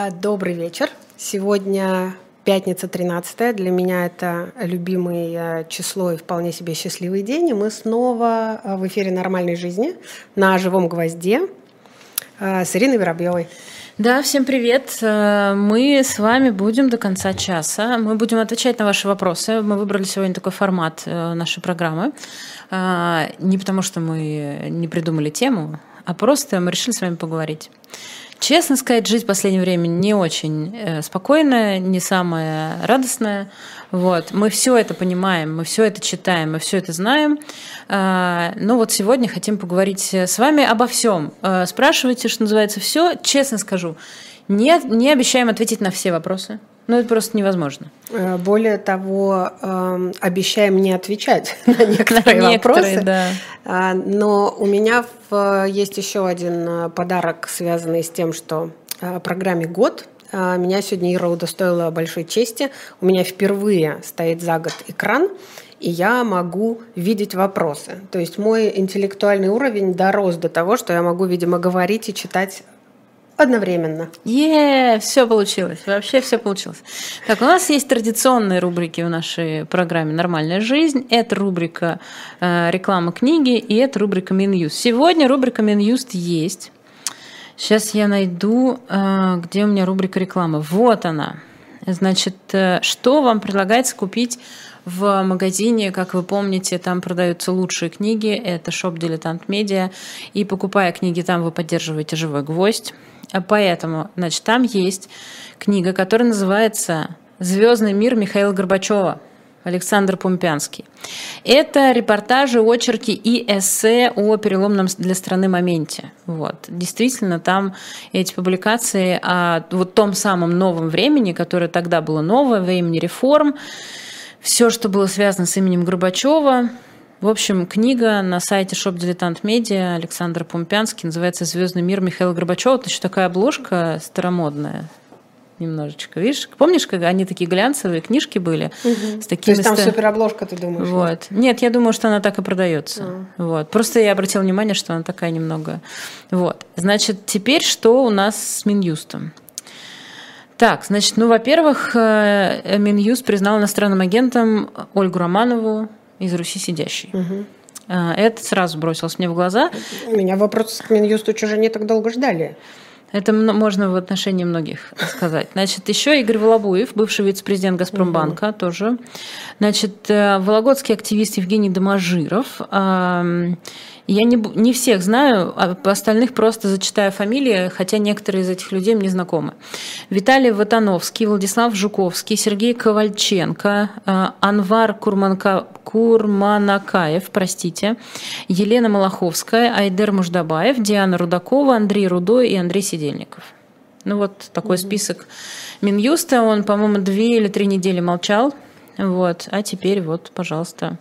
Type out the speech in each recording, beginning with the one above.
Добрый вечер. Сегодня пятница 13. Для меня это любимое число и вполне себе счастливый день. И мы снова в эфире «Нормальной жизни» на «Живом гвозде» с Ириной Воробьевой. Да, всем привет. Мы с вами будем до конца часа. Мы будем отвечать на ваши вопросы. Мы выбрали сегодня такой формат нашей программы. Не потому, что мы не придумали тему, а просто мы решили с вами поговорить. Честно сказать, жизнь в последнее время не очень спокойная, не самая радостная. Вот. Мы все это понимаем, мы все это читаем, мы все это знаем. Но вот сегодня хотим поговорить с вами обо всем. Спрашивайте, что называется, все. Честно скажу, не обещаем ответить на все вопросы. Ну, это просто невозможно. Более того, обещаем не отвечать на некоторые вопросы. Да. Но у меня есть еще один подарок, связанный с тем, что программе «Год». Меня сегодня Ира удостоила большой чести. У меня впервые стоит за год экран, и я могу видеть вопросы. То есть мой интеллектуальный уровень дорос до того, что я могу, видимо, говорить и читать одновременно. Все получилось. Вообще все получилось. Так, у нас есть традиционные рубрики в нашей программе «Нормальная жизнь». Это рубрика «Реклама книги» и это рубрика «Минюст». Сегодня рубрика «Минюст» есть. Сейчас я найду, где у меня рубрика «Реклама». Вот она. Значит, что вам предлагается купить в магазине? Как вы помните, там продаются лучшие книги. Это шоп «Дилетант Медиа». И покупая книги там, вы поддерживаете «Живой гвоздь». Поэтому, значит, там есть книга, которая называется «Звездный мир» Михаила Горбачева, Александр Пумпянский. Это репортажи, очерки и эссе о переломном для страны моменте. Вот. Действительно, там эти публикации о вот том самом новом времени, которое тогда было новое, времени реформ, все, что было связано с именем Горбачева. В общем, книга на сайте шоп «Дилетант Медиа» Александр Пумпянский, называется «Звездный мир» Михаила Горбачева. Это еще такая обложка старомодная немножечко. Видишь, помнишь, как они такие глянцевые книжки были? С такими. То есть там суперобложка, ты думаешь? Вот. Нет, я думаю, что она так и продается. Вот. Просто я обратила внимание, что она такая немного. Вот. Значит, теперь что у нас с Минюстом? Так, значит, во-первых, Минюст признал иностранным агентом Ольгу Романову из «Руси сидящей». Это сразу бросилось мне в глаза. У меня вопрос к Минюсту, чего же они так долго ждали? Это можно в отношении многих сказать. Значит, еще Игорь Волобуев, бывший вице-президент «Газпромбанка», тоже. Значит, вологодский активист Евгений Доможиров. Я не всех знаю, а остальных просто зачитаю фамилии, хотя некоторые из этих людей мне знакомы. Виталий Ватановский, Владислав Жуковский, Сергей Ковальченко, Анвар Курманакаев, Елена Малаховская, Айдер Муждабаев, Диана Рудакова, Андрей Рудой и Андрей Сидельников. Ну вот такой список Минюста. Он, по-моему, 2 или 3 недели молчал. Вот. А теперь вот, пожалуйста,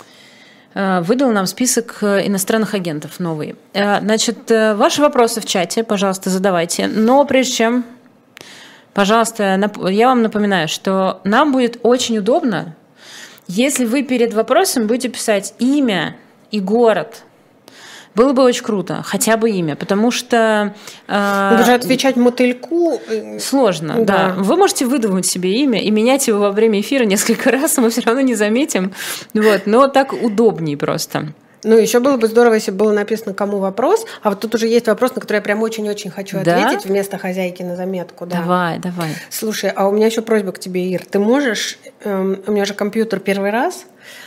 выдал нам список иностранных агентов новый. Значит, ваши вопросы в чате, пожалуйста, задавайте. Но прежде чем, пожалуйста, я вам напоминаю, что нам будет очень удобно, если вы перед вопросом будете писать имя и город. Было бы очень круто, хотя бы имя, потому что... Даже отвечать мотыльку... Сложно, да. Вы можете выдумать себе имя и менять его во время эфира несколько раз, мы все равно не заметим. Вот, но так удобнее просто. Ну, еще было бы здорово, если бы было написано, кому вопрос. А вот тут уже есть вопрос, на который я прям очень-очень хочу ответить вместо хозяйки на заметку. Да. Давай. Слушай, а у меня еще просьба к тебе, Ир. Ты можешь... У меня же компьютер первый раз...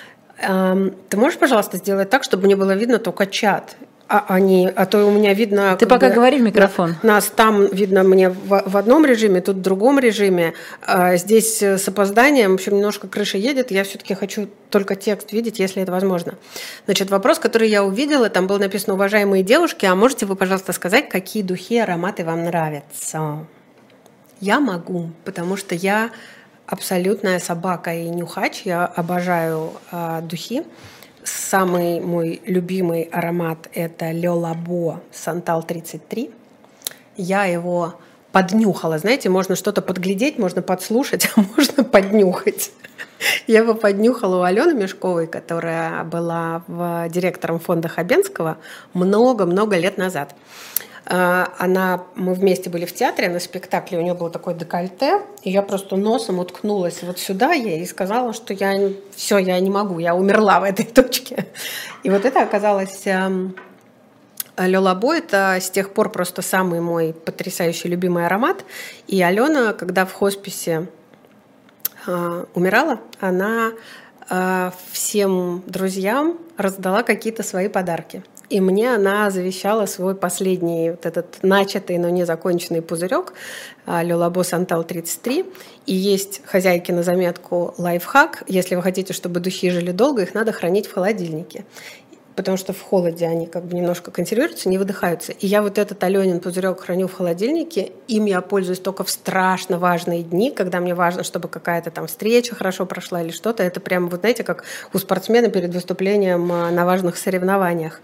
Ты можешь, пожалуйста, сделать так, чтобы мне было видно только чат, а то у меня видно... Ты пока говори в микрофон. Нас там видно мне в одном режиме, тут в другом режиме. Здесь с опозданием, в общем, немножко крыша едет. Я все-таки хочу только текст видеть, если это возможно. Значит, вопрос, который я увидела, там было написано: «Уважаемые девушки, а можете вы, пожалуйста, сказать, какие духи, ароматы вам нравятся?» Я могу, потому что я абсолютная собака и нюхач. Я обожаю духи. Самый мой любимый аромат – это Le Labo Santal 33. Я его поднюхала. Знаете, можно что-то подглядеть, можно подслушать, а можно поднюхать. Я его поднюхала у Алены Мешковой, которая была директором фонда Хабенского много-много лет назад. Мы вместе были в театре на спектакле, у нее было такое декольте, и я просто носом уткнулась вот сюда ей и сказала, что я не могу, я умерла в этой точке. И вот это оказалось... Le Labo — это с тех пор просто самый мой потрясающий любимый аромат. И Алена, когда в хосписе умирала, она всем друзьям раздала какие-то свои подарки. И мне она завещала свой последний вот этот начатый, но не законченный пузырек Le Labo Santal 33. И есть хозяйки на заметку лайфхак. Если вы хотите, чтобы духи жили долго, их надо хранить в холодильнике. Потому что в холоде они как бы немножко консервируются, не выдыхаются. И я вот этот Аленин пузырек храню в холодильнике. Им я пользуюсь только в страшно важные дни, когда мне важно, чтобы какая-то там встреча хорошо прошла или что-то. Это прямо, вот знаете, как у спортсмена перед выступлением на важных соревнованиях.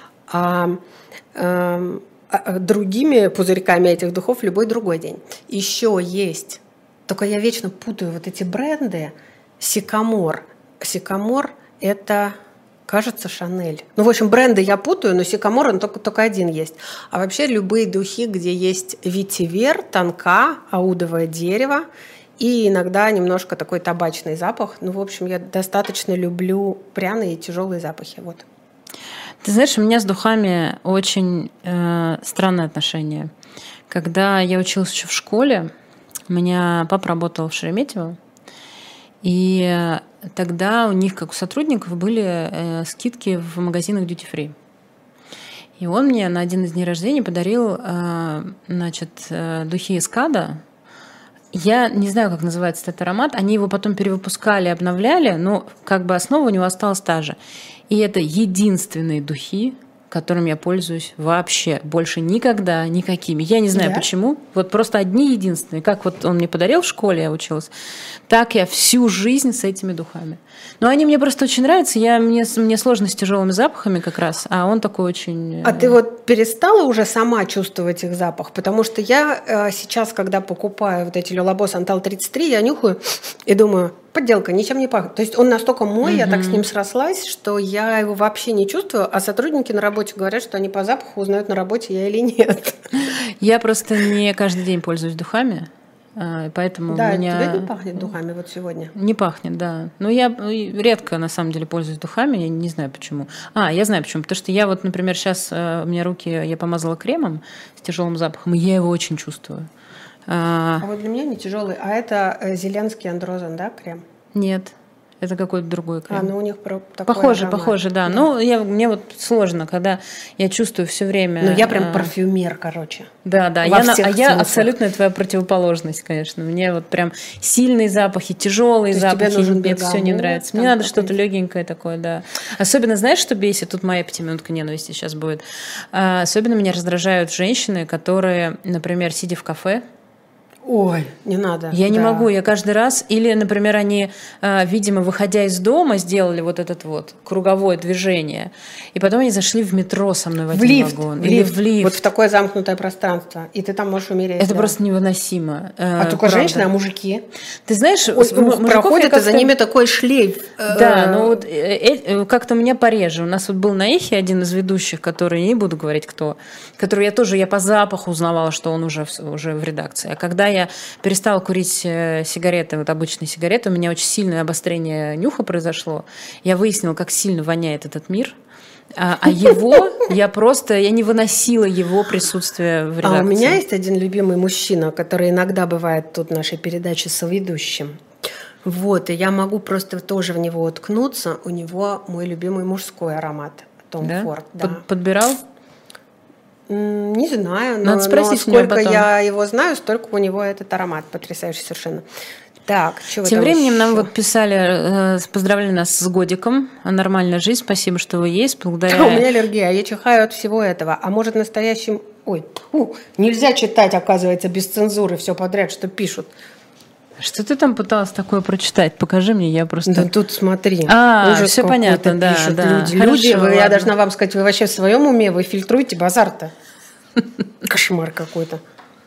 Другими пузырьками этих духов любой другой день. Еще есть, только я вечно путаю вот эти бренды. Сикамор. Сикамор — это... Кажется, Шанель. Ну, в общем, бренды я путаю, но Сикамор, он только один есть. А вообще любые духи, где есть ветивер, тонка, аудовое дерево и иногда немножко такой табачный запах. Ну, в общем, я достаточно люблю пряные и тяжелые запахи. Вот. Ты знаешь, у меня с духами очень странное отношение. Когда я училась еще в школе, у меня папа работал в Шереметьево, и тогда у них, как у сотрудников, были скидки в магазинах Duty Free. И он мне на один из дней рождения подарил духи Эскада. Я не знаю, как называется этот аромат. Они его потом перевыпускали, обновляли, но как бы основа у него осталась та же. И это единственные духи, которым я пользуюсь вообще больше никогда, никакими. Я не знаю почему. Вот просто одни единственные. Как вот он мне подарил в школе, я училась, так я всю жизнь с этими духами. Но они мне просто очень нравятся. Мне сложно с тяжелыми запахами как раз, а он такой очень... А ты вот перестала уже сама чувствовать их запах? Потому что я сейчас, когда покупаю вот эти Le Labo Santal 33, я нюхаю и думаю... Подделка, ничем не пахнет. То есть он настолько мой, я так с ним срослась, что я его вообще не чувствую, а сотрудники на работе говорят, что они по запаху узнают, на работе я или нет. Я просто не каждый день пользуюсь духами, поэтому да, у меня... тебе не пахнет духами вот сегодня? Не пахнет, да. Но я редко, на самом деле, пользуюсь духами, я не знаю почему. Я знаю почему. Потому что я вот, например, сейчас у меня руки, я помазала кремом с тяжелым запахом, и я его очень чувствую. А вот для меня не тяжелый. А это Зеленский Андрозен, да, крем? Нет, это какой-то другой крем. Ну у них такой Похоже, да. Ну, мне вот сложно, когда я чувствую все время... Ну, я прям парфюмер, короче. Да. Я абсолютно твоя противоположность, конечно. Мне вот прям сильные запахи, тяжелые запахи, мне все не нравится. Мне надо что-то легенькое такое, да. Особенно, знаешь, что бесит? Тут моя 5-минутка ненависти сейчас будет. Особенно меня раздражают женщины, которые, например, сидя в кафе, ой, не надо. Я не могу, я каждый раз... Или, например, они, видимо, выходя из дома, сделали вот этот вот круговое движение, и потом они зашли в метро со мной в один вагон. Или в лифт. Вот в такое замкнутое пространство. И ты там можешь умереть. Это просто невыносимо. Только женщины, а мужики? Ты знаешь, проходит, и за ними такой шлейф. Да, но вот как-то у меня пореже. У нас вот был на Эхе один из ведущих, который, не буду говорить кто, который я по запаху узнавала, что он уже в редакции. А когда я перестала курить сигареты, вот обычные сигареты, у меня очень сильное обострение нюха произошло. Я выяснила, как сильно воняет этот мир. А его, я не выносила его присутствие в редакции. А у меня есть один любимый мужчина, который иногда бывает тут в нашей передаче соведущим. Вот, и я могу просто тоже в него уткнуться. У него мой любимый мужской аромат. Том Форд. Да? Подбирал? Не знаю, но сколько я его знаю, столько у него этот аромат потрясающий совершенно. Так, тем временем нам вот писали, поздравляли нас с годиком, нормальная жизнь, спасибо, что вы есть. Благодаря... У меня аллергия, я чихаю от всего этого. А может настоящим... нельзя читать, оказывается, без цензуры все подряд, что пишут. Что ты там пыталась такое прочитать? Покажи мне, я просто... Да тут смотри. Все понятно, да. Люди, я должна вам сказать, вы вообще в своем уме, вы фильтруете базар-то. Кошмар какой-то.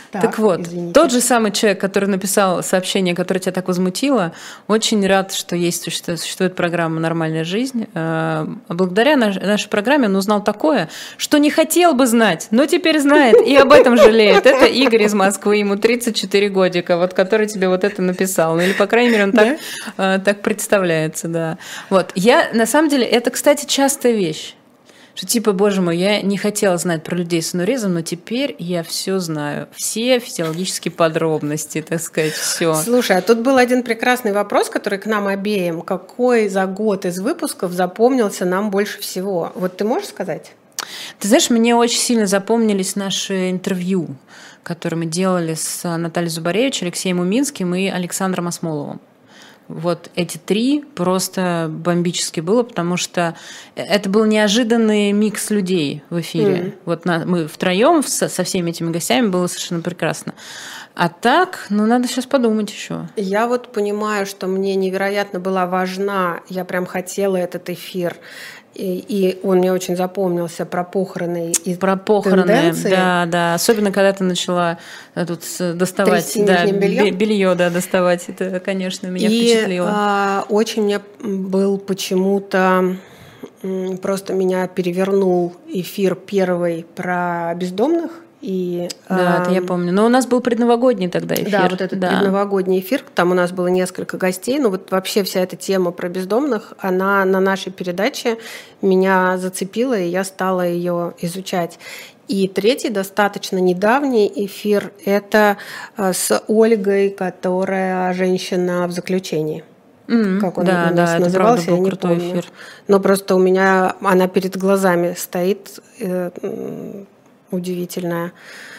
Так вот, извините. тот же самый человек, который написал сообщение, которое тебя так возмутило, очень рад, что существует программа «Нормальная жизнь». Благодаря нашей программе он узнал такое, что не хотел бы знать, но теперь знает и об этом жалеет. Это Игорь из Москвы, ему 34 годика, вот, который тебе вот это написал. Ну, или, по крайней мере, он так представляется, да. Вот. На самом деле, это, кстати, частая вещь. Что типа, боже мой, я не хотела знать про людей с анурезом, но теперь я все знаю. Все физиологические подробности, так сказать, все. Слушай, а тут был один прекрасный вопрос, который к нам обеим. Какой за год из выпусков запомнился нам больше всего? Вот ты можешь сказать? Ты знаешь, мне очень сильно запомнились наши интервью, которые мы делали с Натальей Зубаревич, Алексеем Уминским и Александром Осмоловым. Вот эти 3 просто бомбически было, потому что это был неожиданный микс людей в эфире. Вот мы втроем со всеми этими гостями, было совершенно прекрасно. А так, надо сейчас подумать еще. Я вот понимаю, что мне невероятно была важна, я прям хотела этот эфир, и он мне очень запомнился про похороны и тенденции. Да. Особенно, когда ты начала тут доставать белье, доставать. Это, конечно, меня впечатлило. И очень мне был почему-то, просто меня перевернул эфир первый про бездомных. Да, это я помню. Но у нас был предновогодний тогда эфир. Да, вот этот предновогодний эфир, там у нас было несколько гостей, но вот вообще вся эта тема про бездомных, она на нашей передаче меня зацепила, и я стала ее изучать. И третий, достаточно недавний эфир, это с Ольгой, которая женщина в заключении. Как он у нас назывался, я не помню. Эфир. Но просто у меня она перед глазами стоит. Удивительная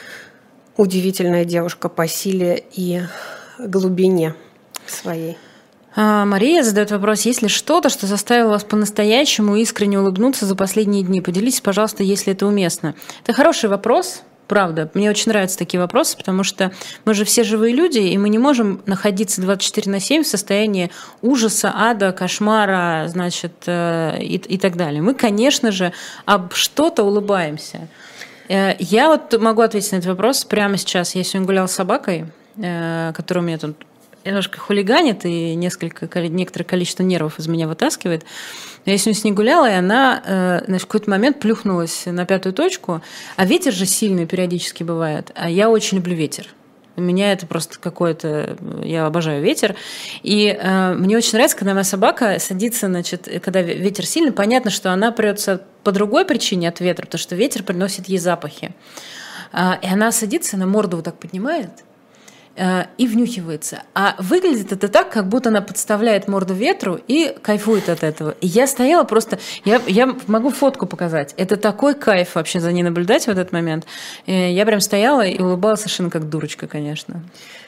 девушка по силе и глубине своей. Мария задает вопрос: есть ли что-то, что заставило вас по-настоящему искренне улыбнуться за последние дни? Поделитесь, пожалуйста, если это уместно. Это хороший вопрос, правда. Мне очень нравятся такие вопросы, потому что мы же все живые люди, и мы не можем находиться 24/7 в состоянии ужаса, ада, кошмара, значит, и так далее. Мы, конечно же, об что-то улыбаемся. Я вот могу ответить на этот вопрос прямо сейчас. Я сегодня гуляла с собакой, которая у меня тут немножко хулиганит и некоторое количество нервов из меня вытаскивает. Я сегодня с ней гуляла, и она в какой-то момент плюхнулась на 5-ю точку, а ветер же сильный периодически бывает, а я очень люблю ветер. У меня это просто какое-то... Я обожаю ветер. И мне очень нравится, когда моя собака садится, значит, когда ветер сильный, понятно, что она прется по другой причине от ветра, потому что ветер приносит ей запахи. И она садится, она морду вот так поднимает и внюхивается. А выглядит это так, как будто она подставляет морду ветру и кайфует от этого. И я стояла просто... Я могу фотку показать. Это такой кайф вообще за ней наблюдать в этот момент. Я прям стояла и улыбалась совершенно как дурочка, конечно.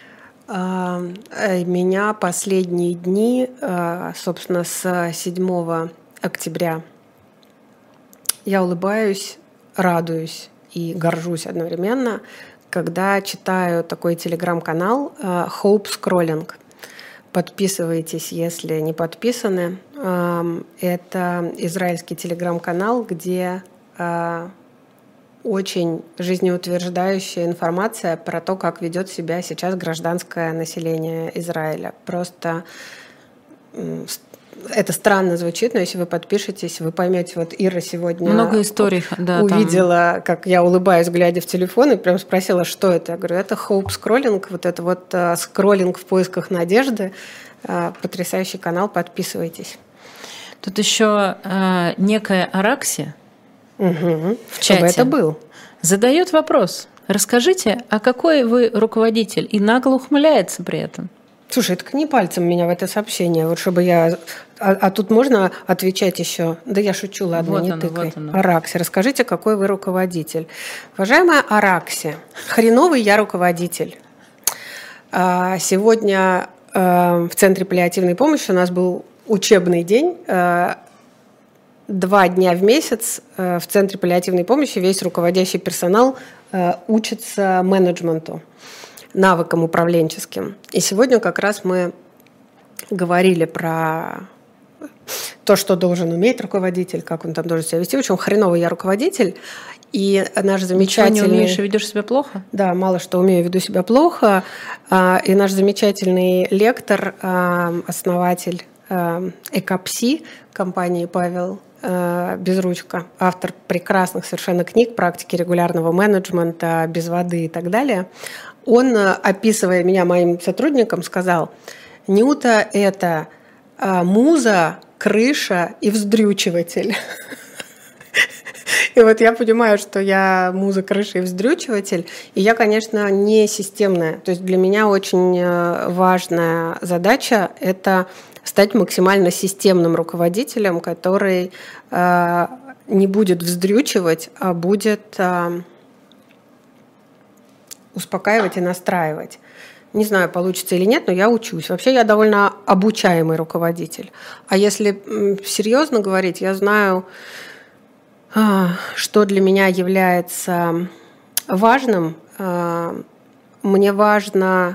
Меня последние дни, собственно, с 7 октября, я улыбаюсь, радуюсь и горжусь одновременно, когда читаю такой телеграм-канал Hope Scrolling. Подписывайтесь, если не подписаны. Это израильский телеграм-канал, где очень жизнеутверждающая информация про то, как ведет себя сейчас гражданское население Израиля. Просто это странно звучит, но если вы подпишетесь, вы поймете. Вот Ира сегодня много историй, увидела, там... как я улыбаюсь, глядя в телефон, и прям спросила, что это. Я говорю, это Hope Scrolling, вот это вот скроллинг в поисках надежды. Потрясающий канал, подписывайтесь. Тут еще некая Аракси в чате. Чтобы это был. Задает вопрос. Расскажите, а какой вы руководитель? И нагло ухмыляется при этом. Слушай, это не пальцем меня в это сообщение, вот чтобы я... А тут можно отвечать еще? Да я шучу, ладно, вот не оно, тыкай. Вот оно. Аракси, расскажите, какой вы руководитель. Уважаемая Аракси, хреновый я руководитель. Сегодня в Центре паллиативной помощи у нас был учебный день. 2 дня в месяц в Центре паллиативной помощи весь руководящий персонал учится менеджменту, навыкам управленческим. И сегодня как раз мы говорили про то, что должен уметь руководитель, как он там должен себя вести. В общем, хреновый я руководитель. И наш замечательный... Ничего не умеешь и ведешь себя плохо? Да, мало что умею, веду себя плохо. И наш замечательный лектор, основатель Экопси компании Павел Безручко, автор прекрасных совершенно книг «Практики регулярного менеджмента», «Без воды» и так далее, он, описывая меня моим сотрудникам, сказал: «Нюта – это муза, крыша и вздрючиватель». И вот я понимаю, что я муза, крыша и вздрючиватель, и я, конечно, не системная. То есть для меня очень важная задача – это стать максимально системным руководителем, который не будет вздрючивать, а будет успокаивать и настраивать. Не знаю, получится или нет, но я учусь. Вообще я довольно обучаемый руководитель. А если серьезно говорить, я знаю, что для меня является важным. Мне важно,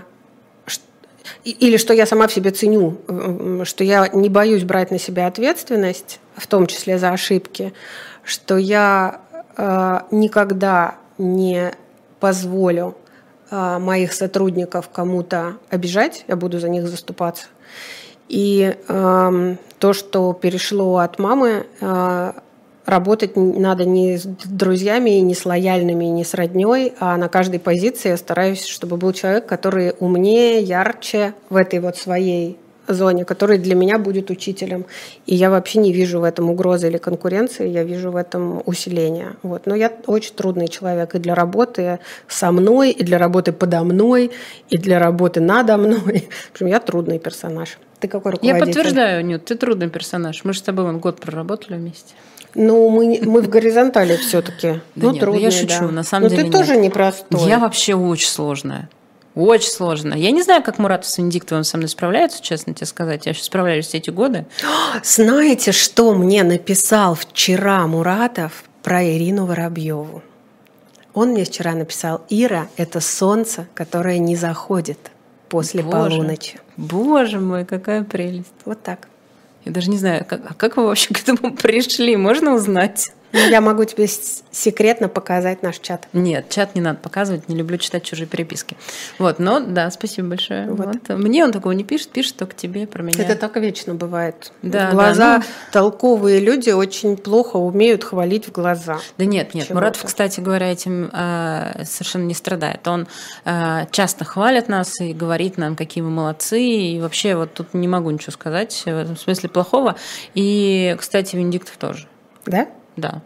или что я сама в себе ценю, что я не боюсь брать на себя ответственность, в том числе за ошибки, что я никогда не позволю моих сотрудников кому-то обижать, я буду за них заступаться. И то, что перешло от мамы, работать надо не с друзьями, не с лояльными, не с роднёй, а на каждой позиции я стараюсь, чтобы был человек, который умнее, ярче в этой вот своей зоне, который для меня будет учителем. И я вообще не вижу в этом угрозы или конкуренции, я вижу в этом усиление. Вот. Но я очень трудный человек и для работы со мной, и для работы подо мной, и для работы надо мной. В общем, я трудный персонаж. Ты какой руководитель? Я подтверждаю, Нют, ты трудный персонаж. Мы же с тобой год проработали вместе. Ну, мы в горизонтали все-таки. Да нет, трудные, я шучу, на самом деле. Но ты тоже непростой. Я вообще очень сложная. Очень сложно. Я не знаю, как Мурат с Венедиктовым со мной справляются, честно тебе сказать. Я сейчас справляюсь все эти годы. Знаете, что мне написал вчера Муратов про Ирину Воробьеву? Он мне вчера написал: Ира – это солнце, которое не заходит после полуночи. Боже мой, какая прелесть. Вот так. Я даже не знаю, как вы вообще к этому пришли, можно узнать? Я могу тебе секретно показать наш чат. Нет, чат не надо показывать, не люблю читать чужие переписки. Вот, но да, спасибо большое. Вот. Мне он такого не пишет, пишет только тебе про меня. Это так вечно бывает. Да, в глаза толковые люди очень плохо умеют хвалить в глаза. Да нет, Муратов, кстати говоря, этим совершенно не страдает. Он часто хвалит нас и говорит нам, какие мы молодцы, и вообще вот тут не могу ничего сказать в этом смысле плохого. И, кстати, Венедиктов тоже. Да? Да.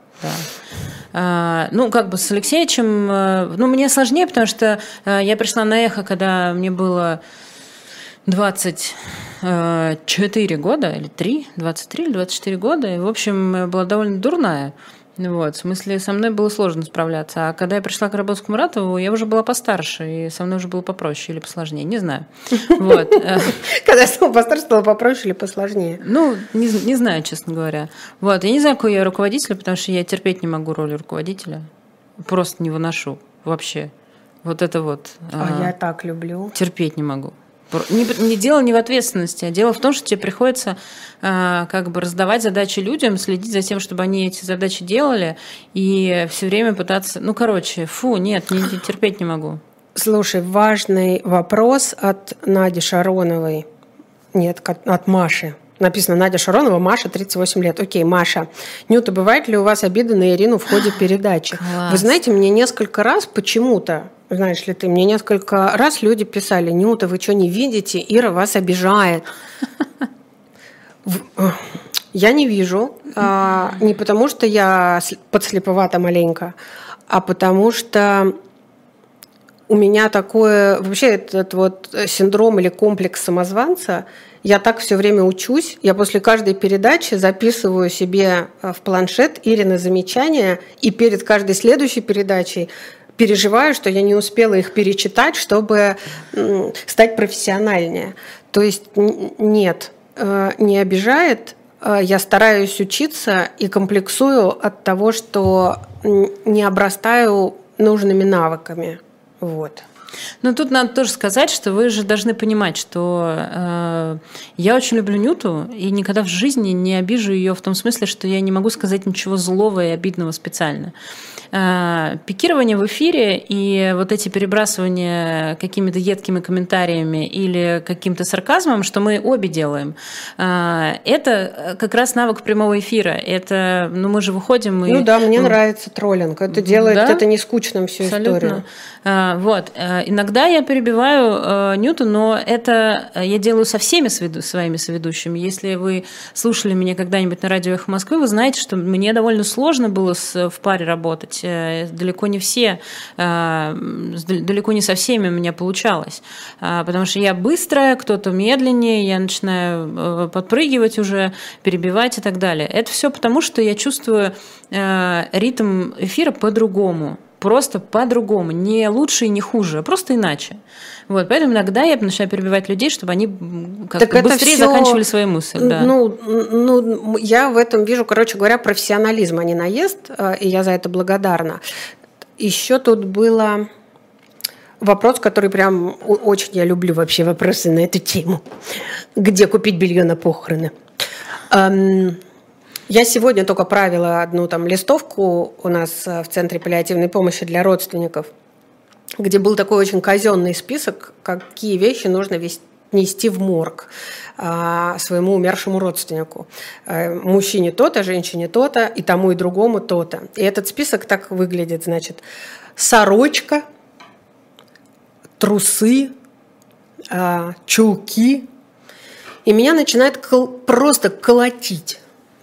Ну, как бы с Алексеевичем, мне сложнее, потому что я пришла на «Эхо», когда мне было 24 года, или 23 или 24 года, и, в общем, я была довольно дурная. Вот, в смысле, со мной было сложно справляться. А когда я пришла к работе к Муратову, я уже была постарше, и со мной уже было попроще или посложнее, не знаю. Вот. Когда я стала постарше, стало попроще или посложнее? Ну, не знаю, честно говоря. Вот, я не знаю, какой я руководитель, потому что я терпеть не могу роль руководителя. Просто не выношу вообще. Вот это вот. Я так люблю. Терпеть не могу. Не дело не в ответственности, а дело в том, что тебе приходится как бы раздавать задачи людям, следить за тем, чтобы они эти задачи делали, и все время пытаться... нет, терпеть не могу. Слушай, важный вопрос от Нади Шароновой. Нет, от Маши. Написано: Надя Шаронова, Маша, 38 лет. Окей, Маша. Нюта, бывает ли у вас обида на Ирину в ходе передачи? Класс. Вы знаете, мне несколько раз почему-то, знаешь ли ты, мне несколько раз люди писали: Нюта, вы что, не видите? Ира вас обижает. Я не вижу. Не потому, что я подслеповата маленько, а потому что у меня такое, вообще этот вот синдром или комплекс самозванца. Я так все время учусь. Я после каждой передачи записываю себе в планшет Ирины замечания, и перед каждой следующей передачей переживаю, что я не успела их перечитать, чтобы стать профессиональнее. То есть нет, не обижает. Я стараюсь учиться и комплексую от того, что не обрастаю нужными навыками. Вот. Но тут надо тоже сказать, что вы же должны понимать, что я очень люблю Нюту и никогда в жизни не обижу ее в том смысле, что я не могу сказать ничего злого и обидного специально. пикирование в эфире и вот эти перебрасывания какими-то едкими комментариями или каким-то сарказмом, что мы обе делаем, это как раз навык прямого эфира. Это, мы же выходим и... Ну да, мне нравится троллинг. Это делает это не скучным всю историю. Вот. Иногда я перебиваю Нюту, но это я делаю со всеми своими соведущими. Если вы слушали меня когда-нибудь на радио «Эхо Москвы», вы знаете, что мне довольно сложно было в паре работать. Далеко не со всеми у меня получалось. Потому что я быстрая, кто-то медленнее, я начинаю подпрыгивать уже, перебивать и так далее. Это все потому, что я чувствую ритм эфира по-другому. Просто по-другому, не лучше и не хуже, а просто иначе. Вот, поэтому иногда я начинаю перебивать людей, чтобы они как-то быстрее заканчивали свою мысль. Да. Ну, я в этом вижу, короче говоря, профессионализм, а не наезд, и я за это благодарна. Еще тут было вопрос, который прям очень я люблю вообще вопросы на эту тему. Где купить белье на похороны? Я сегодня только правила одну там листовку у нас в Центре паллиативной помощи для родственников, где был такой очень казенный список, какие вещи нужно нести в морг своему умершему родственнику. Мужчине то-то, женщине то-то, и тому, и другому то-то. И этот список так выглядит, значит, сорочка, трусы, чулки. И меня начинает просто колотить.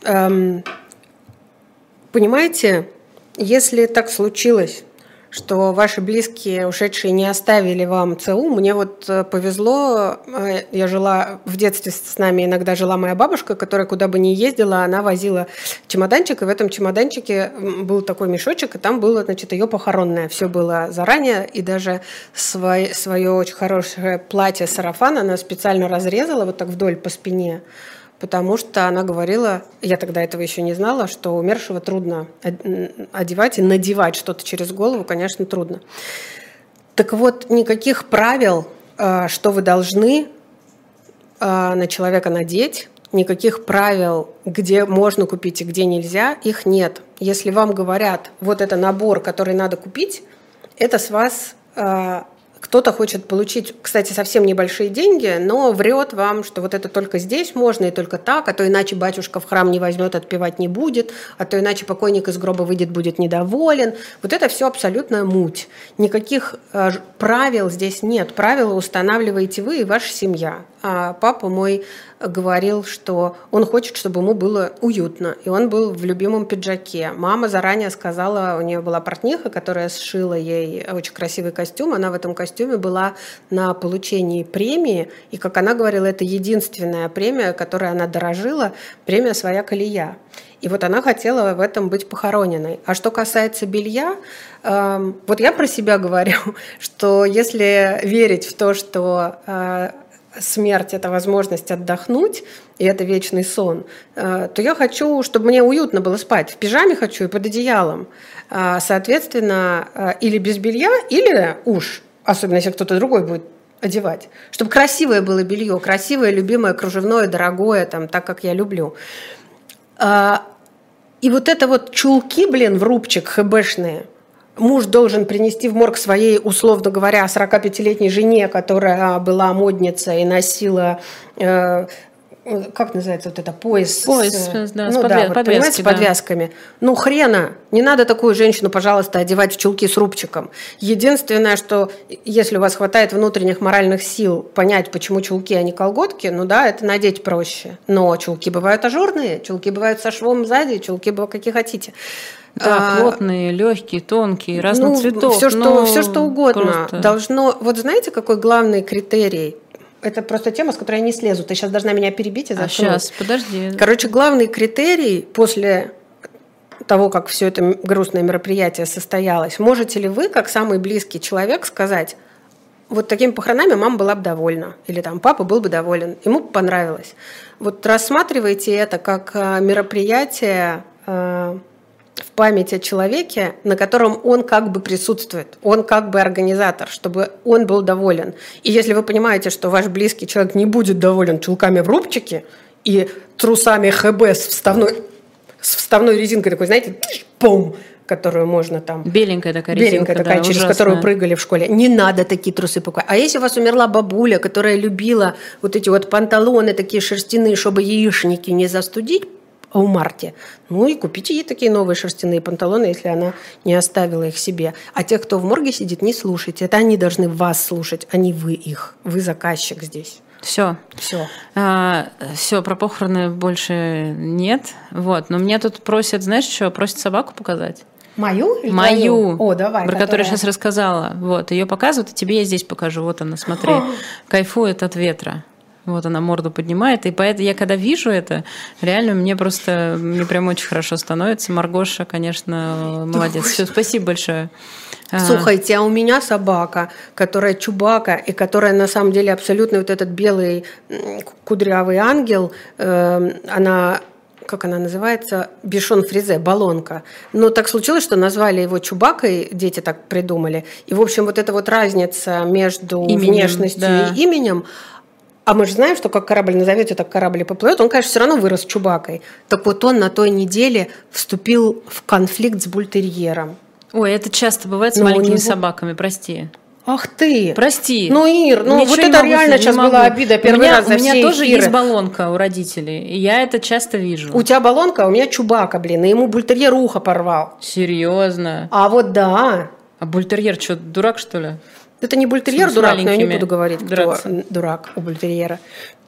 Понимаете, если так случилось, что ваши близкие, ушедшие, не оставили вам ЦУ, мне вот повезло, я жила в детстве, с нами иногда жила моя бабушка, которая куда бы ни ездила, она возила чемоданчик, и в этом чемоданчике был такой мешочек, и там было, значит, ее похоронное. Все было заранее, и даже свое очень хорошее платье-сарафан она специально разрезала вот так вдоль по спине, потому что она говорила, я тогда этого еще не знала, что умершего трудно одевать и надевать что-то через голову, конечно, трудно. Так вот, никаких правил, что вы должны на человека надеть, никаких правил, где можно купить и где нельзя, их нет. Если вам говорят, вот это набор, который надо купить, это с вас... Кто-то хочет получить, кстати, совсем небольшие деньги, но врет вам, что вот это только здесь можно и только так, а то иначе батюшка в храм не возьмет, отпевать не будет, а то иначе покойник из гроба выйдет, будет недоволен. Вот это все абсолютная муть. Никаких правил здесь нет. Правила устанавливаете вы и ваша семья. А папа мой говорил, что он хочет, чтобы ему было уютно, и он был в любимом пиджаке. Мама заранее сказала, у нее была портниха, которая сшила ей очень красивый костюм, она в этом костюме была на получении премии, и, как она говорила, это единственная премия, которой она дорожила, премия «Своя колея». И вот она хотела в этом быть похороненной. А что касается белья, вот я про себя говорю, что если верить в то, что смерть – это возможность отдохнуть, и это вечный сон, то я хочу, чтобы мне уютно было спать. В пижаме хочу и под одеялом. Соответственно, или без белья, или уж, особенно если кто-то другой будет одевать. Чтобы красивое было белье, красивое, любимое, кружевное, дорогое, там, так, как я люблю. И вот это вот чулки, в рубчик хэбэшные, муж должен принести в морг своей, условно говоря, 45-летней жене, которая была модница и носила, как называется вот это, пояс? Пояс, да, ну, понимаете, с подвязками. Ну, хрена, не надо такую женщину, пожалуйста, одевать в чулки с рубчиком. Единственное, что если у вас хватает внутренних моральных сил понять, почему чулки, а не колготки, ну да, это надеть проще. Но чулки бывают ажурные, чулки бывают со швом сзади, чулки бывают какие хотите. Да, плотные, легкие, тонкие, разных цветов. Все, что угодно. Просто... Должно... Вот знаете, какой главный критерий? Это просто тема, с которой я не слезу. Ты сейчас должна меня перебить и заткнуть. Сейчас, подожди. Короче, главный критерий после того, как все это грустное мероприятие состоялось, можете ли вы, как самый близкий человек, сказать, вот такими похоронами мама была бы довольна, или там папа был бы доволен, ему бы понравилось. Вот рассматривайте это как мероприятие в память о человеке, на котором он как бы присутствует, он как бы организатор, чтобы он был доволен. И если вы понимаете, что ваш близкий человек не будет доволен чулками в рубчике и трусами ХБ с вставной резинкой такой, знаете, пум, которую можно там... Беленькая такая через которую прыгали в школе. Не надо такие трусы покупать. А если у вас умерла бабуля, которая любила вот эти вот панталоны такие шерстяные, чтобы яичники не застудить у Марти, ну и купите ей такие новые шерстяные панталоны, если она не оставила их себе. А тех, кто в морге сидит, не слушайте. Это они должны вас слушать, а не вы их. Вы заказчик здесь. Все. Все, про похороны больше нет. Вот. Но меня тут просят, знаешь что, просят собаку показать. Мою? Или мою, О, давай, про которую я сейчас рассказала. Вот, ее показывают, и тебе я здесь покажу. Вот она, смотри. Кайфует от ветра. Вот она морду поднимает. И поэтому я когда вижу это, реально мне прям очень хорошо становится. Маргоша, конечно, молодец. Все, спасибо большое. Слушайте, а у меня собака, которая Чубака, и которая на самом деле абсолютно вот этот белый кудрявый ангел, она... как она называется, Бишон Фризе, баллонка. Но так случилось, что назвали его Чубакой, дети так придумали. И, в общем, вот эта вот разница между внешностью и именем, а мы же знаем, что как корабль назовете, так корабль и поплывет, он, конечно, все равно вырос Чубакой. Так вот он на той неделе вступил в конфликт с бультерьером. Ой, это часто бывает с маленькими собаками, прости. Ах ты! Прости. Ну, Ир, вот это реально сейчас была обида первый раз за все эфиры. У меня тоже есть баллонка у родителей, и я это часто вижу. У тебя баллонка, а у меня Чубака, блин, и ему бультерьер ухо порвал. Серьезно? А вот да. А бультерьер что, дурак, что ли? Это не бультерьер дурак, но я не буду говорить, кто дурак у бультерьера.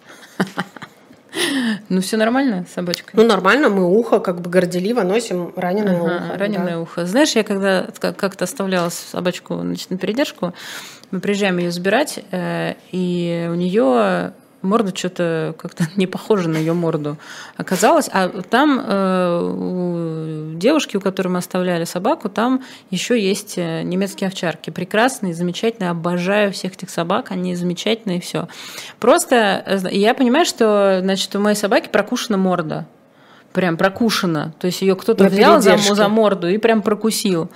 Ну, все нормально с собачкой? Ну, нормально, мы ухо как бы горделиво носим раненое ухо. Раненое ухо. Знаешь, я когда как-то оставляла собачку, значит, на передержку, мы приезжаем ее забирать, и у нее морда что-то как-то не похожа на ее морду оказалась. А там у девушки, у которой мы оставляли собаку, там еще есть немецкие овчарки. Прекрасные, замечательные. Обожаю всех этих собак. Они замечательные, все. Просто я понимаю, что, значит, у моей собаки прокушена морда. Прям прокушена. То есть ее кто-то взял за морду и прям прокусил.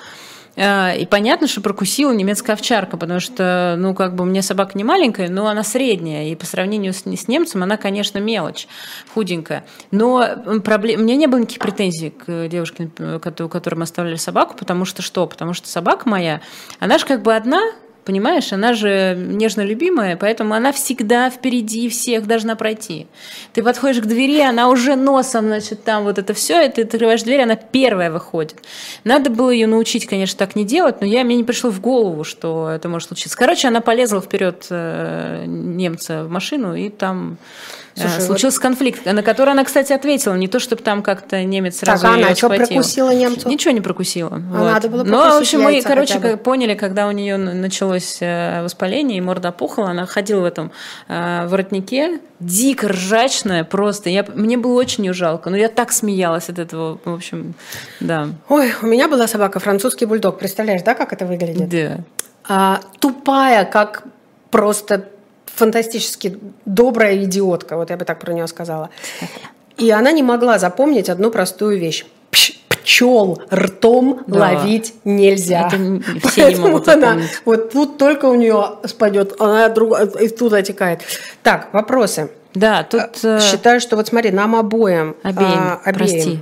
И понятно, что прокусила немецкая овчарка, потому что, ну, как бы у меня собака не маленькая, но она средняя, и по сравнению с немцем она, конечно, мелочь, худенькая. Но у меня не было никаких претензий к девушке, у которой мы оставляли собаку, потому что что? Потому что собака моя, она же как бы одна, понимаешь, она же нежно любимая, поэтому она всегда впереди всех должна пройти. Ты подходишь к двери, она уже носом, значит, там вот это все, и ты открываешь дверь, она первая выходит. Надо было ее научить, конечно, так не делать, но мне не пришло в голову, что это может случиться. Короче, она полезла вперед немца в машину, и там случился конфликт, на который она, кстати, ответила. Не то, чтобы там как-то немец сразу ее она схватил. Что, прокусила немцу? Ничего не прокусила. Надо было прокусить. Но, в общем, мы, короче, поняли, когда у нее началось воспаление, и морда опухла, она ходила в этом воротнике, дико ржачная просто. Мне было очень ее жалко, но я так смеялась от этого. В общем, да. Ой, у меня была собака, французский бульдог. Представляешь, да, как это выглядит? Да. Тупая, как просто... фантастически добрая идиотка, вот я бы так про нее сказала. И она не могла запомнить одну простую вещь. Пчел ртом ловить нельзя. Это все не могут запомнить. Вот тут только у нее спадет, она из тут отекает. Так, вопросы. Да, тут... Считаю, что вот смотри, нам обоим. Прости.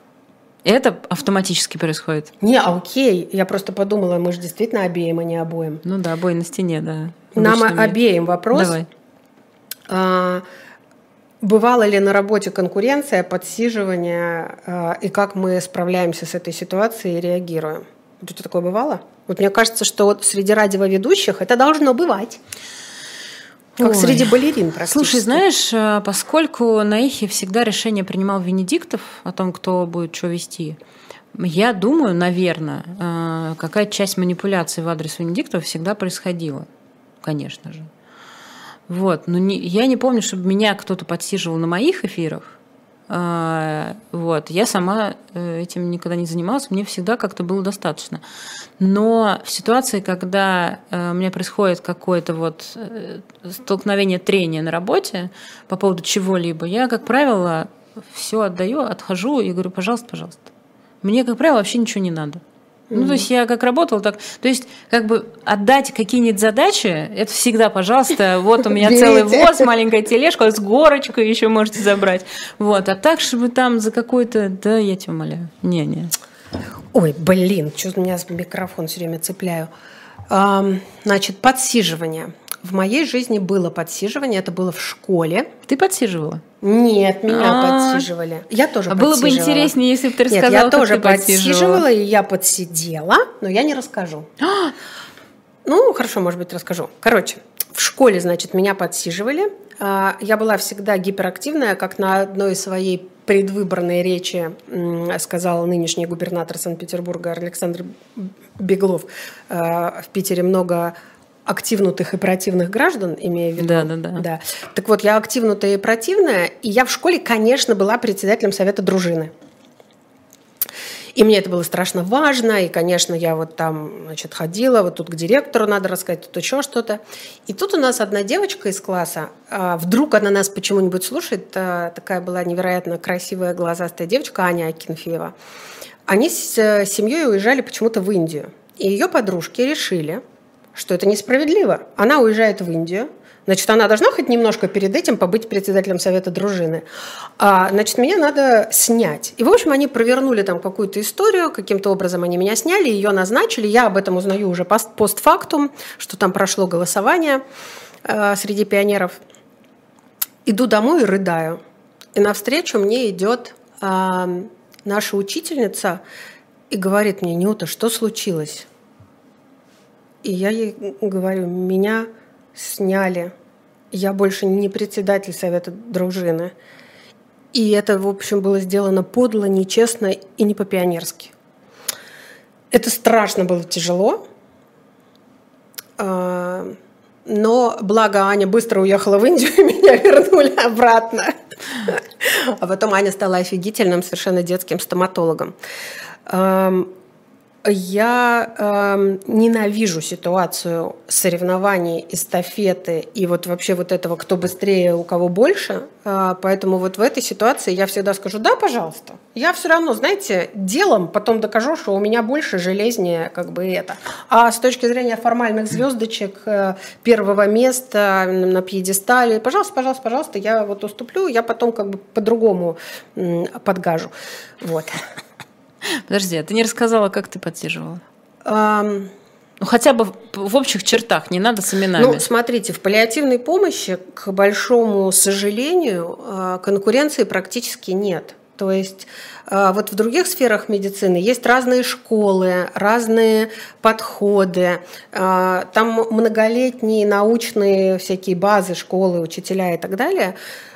Это автоматически происходит. Не, окей. Я просто подумала, мы же действительно обеим, а не обоим. Ну да, обои на стене, да. Нам обеим вопрос. Давай. Бывала ли на работе конкуренция, подсиживание, и как мы справляемся с этой ситуацией и реагируем? Вот это такое бывало? Вот мне кажется, что вот среди радиоведущих это должно бывать. Как среди балерин практически. Слушай, знаешь, поскольку на эхе всегда решение принимал Венедиктов о том, кто будет что вести, я думаю, наверное, какая-то часть манипуляций в адрес Венедиктова всегда происходила. Конечно же. Вот. Но я не помню, чтобы меня кто-то подсиживал на моих эфирах. Вот. Я сама этим никогда не занималась, мне всегда как-то было достаточно. Но в ситуации, когда у меня происходит какое-то вот столкновение, трение на работе по поводу чего-либо, я, как правило, все отдаю, отхожу и говорю: пожалуйста, пожалуйста. Мне, как правило, вообще ничего не надо. Ну, то есть я как работала, так... То есть как бы отдать какие-нибудь задачи, это всегда, пожалуйста, вот у меня целый ВОЗ, маленькая тележка, с горочкой еще можете забрать. Вот. А так, чтобы там за какой-то... Да, я тебя умоляю. Не-не. Ой, блин, что-то меня микрофон все время цепляю. Значит, подсиживание. В моей жизни было подсиживание, это было в школе. Ты подсиживала? Нет, меня подсиживали. Я тоже подсиживала. Было бы интереснее, если бы ты рассказала, Нет, я как тоже ты подсиживала, и я подсидела, но я не расскажу. Ну, хорошо, может быть, расскажу. Короче, в школе, значит, меня подсиживали. Я была всегда гиперактивная, как на одной своей предвыборной речи сказал нынешний губернатор Санкт-Петербурга Александр Беглов. В Питере много активнутых и противных граждан, имея в виду. Да. Так вот, я активнутая и противная, и я в школе, конечно, была председателем совета дружины. И мне это было страшно важно, и, конечно, я вот там, значит, ходила, вот тут к директору надо рассказать, тут еще что-то. И тут у нас одна девочка из класса, вдруг она нас почему-нибудь слушает, такая была невероятно красивая глазастая девочка, Аня Акинфеева. Они с семьей уезжали почему-то в Индию. И ее подружки решили, что это несправедливо. Она уезжает в Индию, значит, она должна хоть немножко перед этим побыть председателем совета дружины. Значит, меня надо снять. И, в общем, они провернули там какую-то историю, каким-то образом они меня сняли, ее назначили. Я об этом узнаю уже постфактум, что там прошло голосование среди пионеров. Иду домой и рыдаю. И навстречу мне идет наша учительница и говорит мне: Нюта, что случилось? И я ей говорю: меня сняли. Я больше не председатель совета дружины. И это, в общем, было сделано подло, нечестно и не по-пионерски. Это страшно было тяжело. Но благо Аня быстро уехала в Индию, и меня вернули обратно. А потом Аня стала офигительным, совершенно детским стоматологом. Я ненавижу ситуацию соревнований, эстафеты и вот вообще вот этого, кто быстрее, у кого больше. Поэтому вот в этой ситуации я всегда скажу: да, пожалуйста. Я все равно, знаете, делом потом докажу, что у меня больше, железнее, как бы это. А с точки зрения формальных звездочек, первого места на пьедестале, пожалуйста, я вот уступлю, я потом как бы по-другому подгажу. Вот. Подожди, а ты не рассказала, как ты подсиживала? Ну, хотя бы в общих чертах, не надо с именами. Ну, смотрите, в паллиативной помощи, к большому сожалению, конкуренции практически нет. То есть вот в других сферах медицины есть разные школы, разные подходы, там многолетние научные всякие базы, школы, учителя и так далее.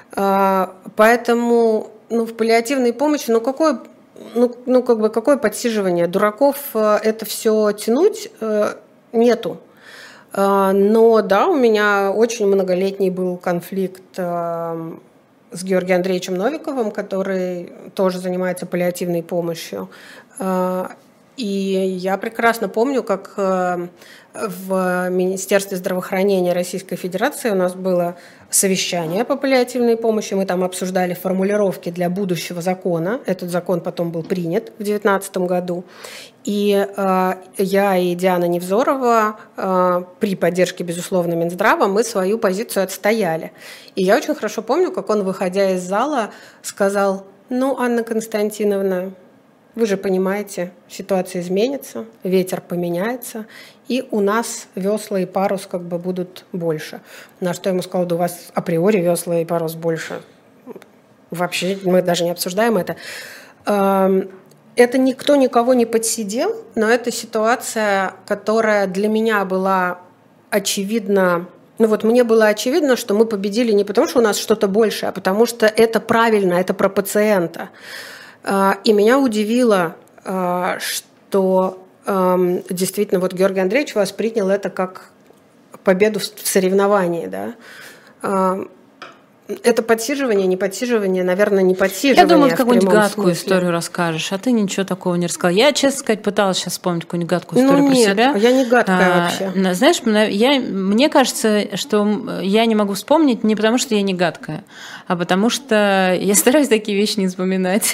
Поэтому в паллиативной помощи, какое подсиживание? Дураков это все тянуть нету. Но да, у меня очень многолетний был конфликт с Георгием Андреевичем Новиковым, который тоже занимается паллиативной помощью. И я прекрасно помню, как в Министерстве здравоохранения Российской Федерации у нас было совещание по паллиативной помощи. Мы там обсуждали формулировки для будущего закона. Этот закон потом был принят в 2019 году. И я и Диана Невзорова при поддержке, безусловно, Минздрава мы свою позицию отстояли. И я очень хорошо помню, как он, выходя из зала, сказал: Анна Константиновна, вы же понимаете, ситуация изменится, ветер поменяется, и у нас весла и парус как бы будут больше. На что я ему сказала: да у вас априори весла и парус больше. Вообще мы даже не обсуждаем это. Это никто никого не подсидел, но это ситуация, которая для меня была очевидна. Мне было очевидно, что мы победили не потому, что у нас что-то больше, а потому что это правильно, это про пациента. И меня удивило, что действительно Георгий Андреевич воспринял это как победу в соревновании. Да? Это подсиживание, не подсиживание, наверное, не подсиживание. Я думаю, ты какую-нибудь гадкую историю расскажешь, а ты ничего такого не рассказала. Я, честно сказать, пыталась сейчас вспомнить какую-нибудь гадкую историю про себя. Я не гадкая вообще. Знаешь, мне кажется, что я не могу вспомнить не потому, что я не гадкая, а потому что я стараюсь такие вещи не вспоминать.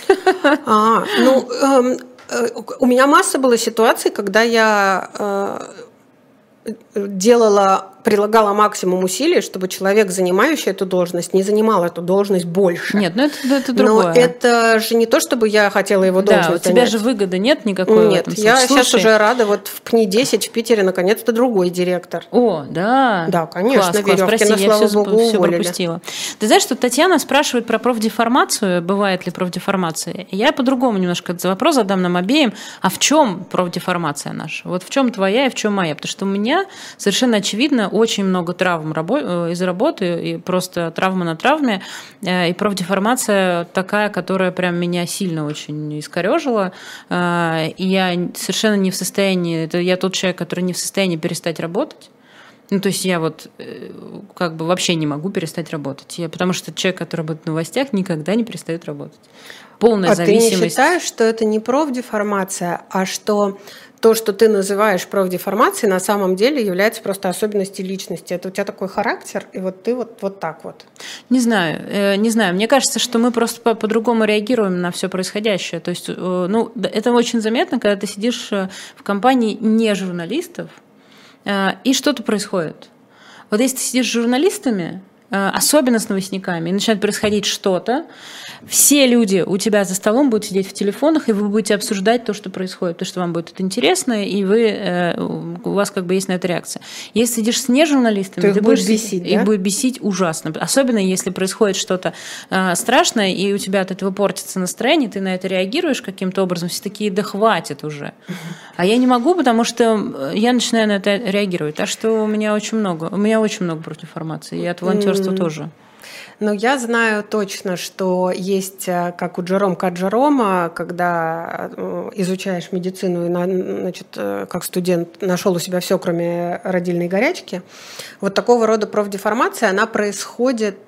У меня масса было ситуаций, когда я прилагала максимум усилий, чтобы человек, занимающий эту должность, не занимал эту должность больше. Нет, это другое. Но это же не то, чтобы я хотела его должность занять. Да, у тебя же выгоды нет никакой в этом случае. Я сейчас уже рада, вот в ПНИ-10 в Питере наконец-то другой директор. О, да. Да, конечно, класс. Прости, я слава богу, все уволили. пропустила. Ты знаешь, что Татьяна спрашивает про профдеформацию, бывает ли профдеформация. Я по-другому немножко этот вопрос задам нам обеим. А в чем профдеформация наша? Вот в чем твоя и в чем моя? Потому что у меня совершенно очевидно очень много травм из работы, и просто травма на травме, и профдеформация такая, которая прям меня сильно очень искорежила, и я совершенно не в состоянии, я тот человек, который не в состоянии перестать работать. Ну, то есть я вот как бы вообще не могу перестать работать. Потому что человек, который работает в новостях, никогда не перестает работать. Полная зависимость. Ты не считаешь, что это не профдеформация, а что то, что ты называешь профдеформацией, на самом деле является просто особенностью личности? Это у тебя такой характер, и вот ты вот так вот. Не знаю. Мне кажется, что мы просто по-другому реагируем на все происходящее. То есть, это очень заметно, когда ты сидишь в компании не журналистов, и что-то происходит. Вот если ты сидишь с журналистами, особенно с новостниками, и начинает происходить что-то, все люди у тебя за столом будут сидеть в телефонах, и вы будете обсуждать то, что происходит, потому что вам будет это интересно, и у вас как бы есть на это реакция. Если сидишь с нежурналистами, ты будешь бесить, да? И будет бесить ужасно. Особенно если происходит что-то страшное, и у тебя от этого портится настроение, ты на это реагируешь каким-то образом, все такие, да хватит уже. А я не могу, потому что я начинаю на это реагировать. Так что у меня очень много профдеформации, и от волонтерства тоже. Но я знаю точно, что есть, как у Джером Каджерома, когда изучаешь медицину и, значит, как студент нашел у себя все, кроме родильной горячки, вот такого рода профдеформация, она происходит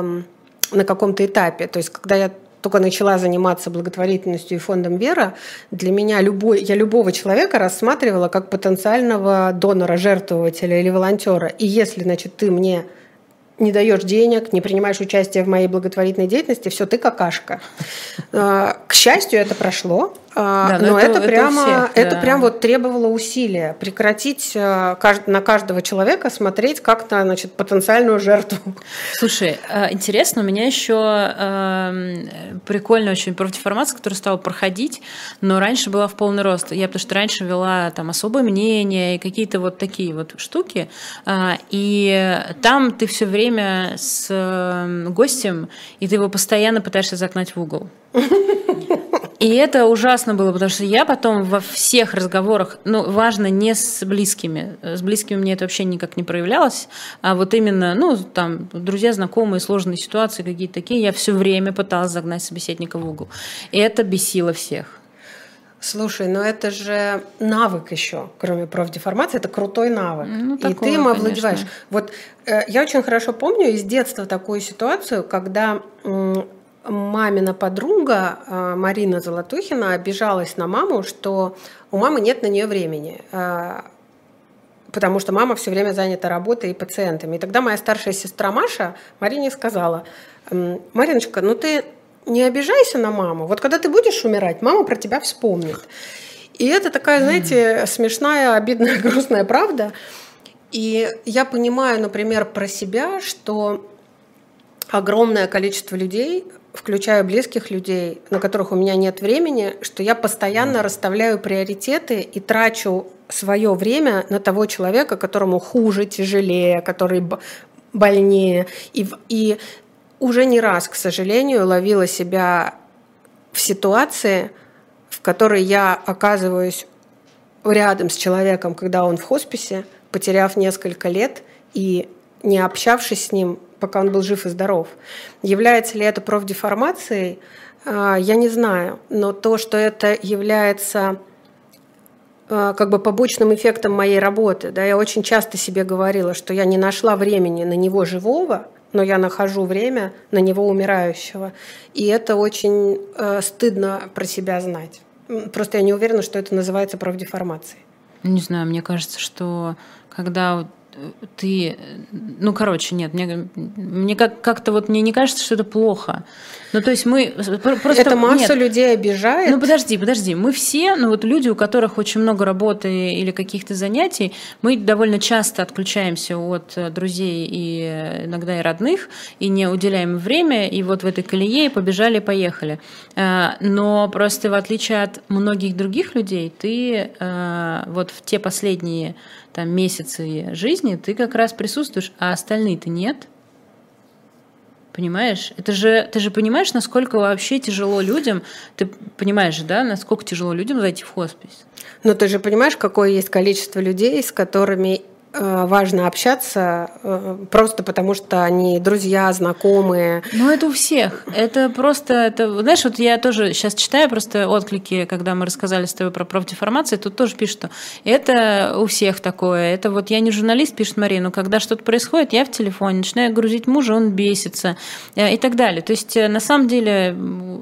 на каком-то этапе. То есть, когда я только начала заниматься благотворительностью и фондом «Вера», для меня я любого человека рассматривала как потенциального донора, жертвователя или волонтера. И если, значит, ты мне не даешь денег, не принимаешь участие в моей благотворительной деятельности, все, ты какашка. К счастью, это прошло, но это прям вот требовало усилия прекратить на каждого человека смотреть как на, значит, потенциальную жертву. Слушай, интересно, у меня еще прикольная очень профдеформация, которая стала проходить, но раньше была в полный рост. Потому что раньше вела там особое мнение и какие-то вот такие вот штуки, и там ты все время с гостем, и ты его постоянно пытаешься загнать в угол. И это ужасно было, потому что я потом во всех разговорах, важно не с близкими мне это вообще никак не проявлялось, а вот именно, там, друзья, знакомые, сложные ситуации какие-то такие, я все время пыталась загнать собеседника в угол. И это бесило всех. Слушай, но это же навык еще, кроме профдеформации, это крутой навык. И ты им овладеваешь. Вот я очень хорошо помню из детства такую ситуацию, когда мамина подруга Марина Золотухина обижалась на маму, что у мамы нет на нее времени, потому что мама все время занята работой и пациентами. И тогда моя старшая сестра Маша Марине сказала: «Мариночка, ты не обижайся на маму. Вот когда ты будешь умирать, мама про тебя вспомнит». И это такая, знаете, смешная, обидная, грустная правда. И я понимаю, например, про себя, что огромное количество людей, включая близких людей, на которых у меня нет времени, что я постоянно расставляю приоритеты и трачу свое время на того человека, которому хуже, тяжелее, который больнее. И уже не раз, к сожалению, ловила себя в ситуации, в которой я оказываюсь рядом с человеком, когда он в хосписе, потеряв несколько лет и не общавшись с ним, пока он был жив и здоров. Является ли это профдеформацией, я не знаю. Но то, что это является как бы побочным эффектом моей работы, да, я очень часто себе говорила, что я не нашла времени на него живого, но я нахожу время на него умирающего. И это очень стыдно про себя знать. Просто я не уверена, что это называется профдеформацией. Не знаю, мне кажется, что когда ты, ну, короче, нет, мне как-то вот мне не кажется, что это плохо. Ну, то есть мы просто... Это массу людей обижает. Ну, подожди. Мы все, ну, вот люди, у которых очень много работы или каких-то занятий, мы довольно часто отключаемся от друзей и иногда и родных, и не уделяем время, и вот в этой колее побежали, поехали. Но просто в отличие от многих других людей, ты вот в те последние там месяцы жизни ты как раз присутствуешь, а остальные-то нет. Понимаешь? Ты же понимаешь, насколько вообще тяжело людям, ты понимаешь, да, насколько тяжело людям зайти в хоспис? Но ты же понимаешь, какое есть количество людей, с которыми важно общаться просто потому, что они друзья, знакомые. Ну, это у всех. Это просто, знаешь, вот я тоже сейчас читаю просто отклики, когда мы рассказали с тобой про профдеформацию, тут тоже пишут, что это у всех такое. Это вот я не журналист, пишет Мария, но когда что-то происходит, я в телефоне начинаю грузить мужа, он бесится и так далее. То есть, на самом деле,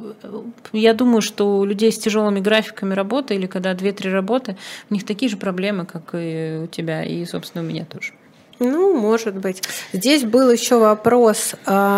я думаю, что у людей с тяжелыми графиками работы или когда 2-3 работы, у них такие же проблемы, как и у тебя, и, собственно, у меня тоже. Ну, может быть. Здесь был еще вопрос.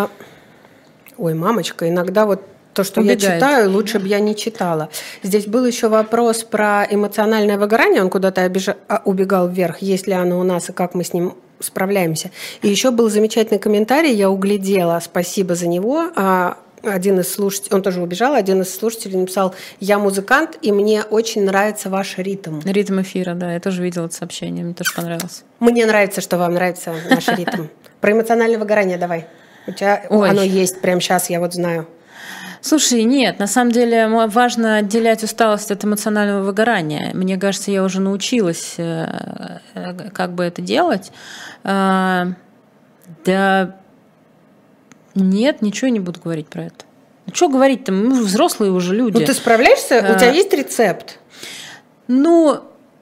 Ой, мамочка, иногда вот то, что Убегает. я читаю, лучше бы я не читала. Здесь был еще вопрос про эмоциональное выгорание. Он куда-то убегал вверх. Есть ли оно у нас и как мы с ним справляемся. И еще был замечательный комментарий, я углядела, спасибо за него. Один из слушателей, он тоже убежал, один из слушателей написал: «Я музыкант, и мне очень нравится ваш ритм». Ритм эфира, да, я тоже видела это сообщение, мне тоже понравилось. Мне нравится, что вам нравится наш ритм. Про эмоциональное выгорание давай. У тебя оно есть прямо сейчас, я вот знаю. Слушай, нет, на самом деле важно отделять усталость от эмоционального выгорания. Мне кажется, я уже научилась как бы это делать. Да, нет, ничего не буду говорить про это. Ну, что говорить-то? Мы взрослые уже люди. Ну, ты справляешься? У тебя есть рецепт? Ну,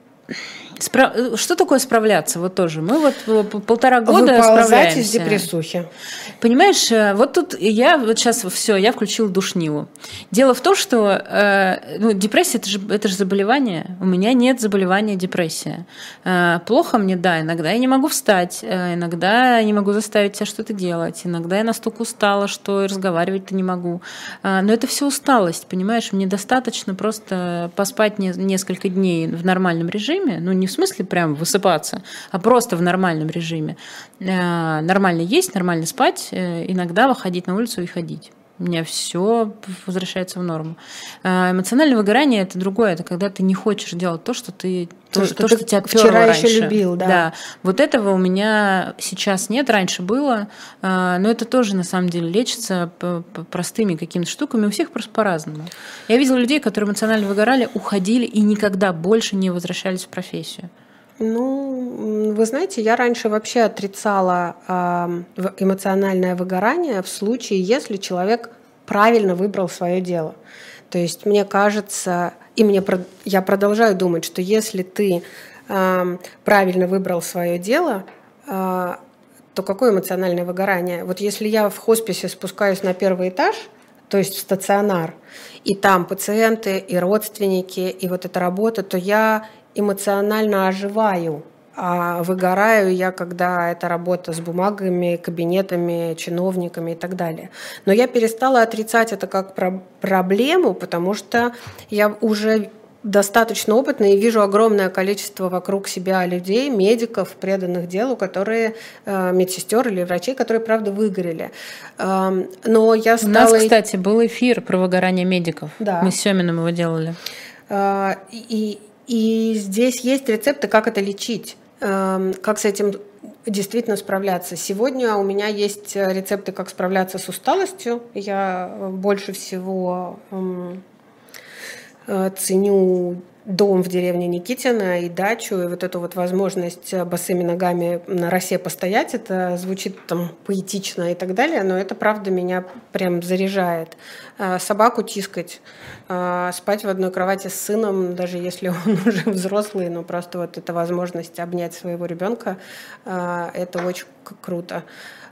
что такое справляться? Вот тоже. Мы вот 1,5 года выползать справляемся. из депрессухи. Понимаешь, вот тут я вот сейчас все, я включила душнилу. Дело в том, что депрессия это же заболевание. У меня нет заболевания депрессия. Плохо мне, да, иногда я не могу встать, иногда я не могу заставить себя что-то делать, иногда я настолько устала, что и разговаривать-то не могу. Но это все усталость, понимаешь? Мне достаточно просто поспать несколько дней в нормальном режиме, ну не в смысле прям высыпаться, а просто в нормальном режиме. Нормально есть, нормально спать, иногда выходить на улицу и ходить. У меня все возвращается в норму. Эмоциональное выгорание – это другое. Это когда ты не хочешь делать то, что ты что тебя вчера раньше. еще любил, да. Да. Вот этого у меня сейчас нет, раньше было. Но это тоже на самом деле лечится простыми какими-то штуками. У всех просто по-разному. Я видела людей, которые эмоционально выгорали, уходили и никогда больше не возвращались в профессию. Ну, вы знаете, я раньше вообще отрицала эмоциональное выгорание в случае, если человек правильно выбрал свое дело. То есть мне кажется, я продолжаю думать, что если ты правильно выбрал свое дело, то какое эмоциональное выгорание? Вот если я в хосписе спускаюсь на 1-й этаж, то есть в стационар, и там пациенты, и родственники, и вот эта работа, то я эмоционально оживаю, а выгораю я, когда это работа с бумагами, кабинетами, чиновниками и так далее. Но я перестала отрицать это как проблему, потому что я уже достаточно опытна и вижу огромное количество вокруг себя людей, медиков, преданных делу, которые медсестер или врачей, которые, правда, выгорели. Но я стала... У нас, кстати, был эфир про выгорание медиков. Да. Мы с Семиным его делали. И здесь есть рецепты, как это лечить, как с этим действительно справляться. Сегодня у меня есть рецепты, как справляться с усталостью. Я больше всего ценю дом в деревне Никитина и дачу, и вот эту вот возможность босыми ногами на росе постоять. Это звучит там поэтично и так далее, но это правда меня прям заряжает. Собаку тискать, спать в одной кровати с сыном, даже если он уже взрослый, но просто вот эта возможность обнять своего ребенка, это очень круто.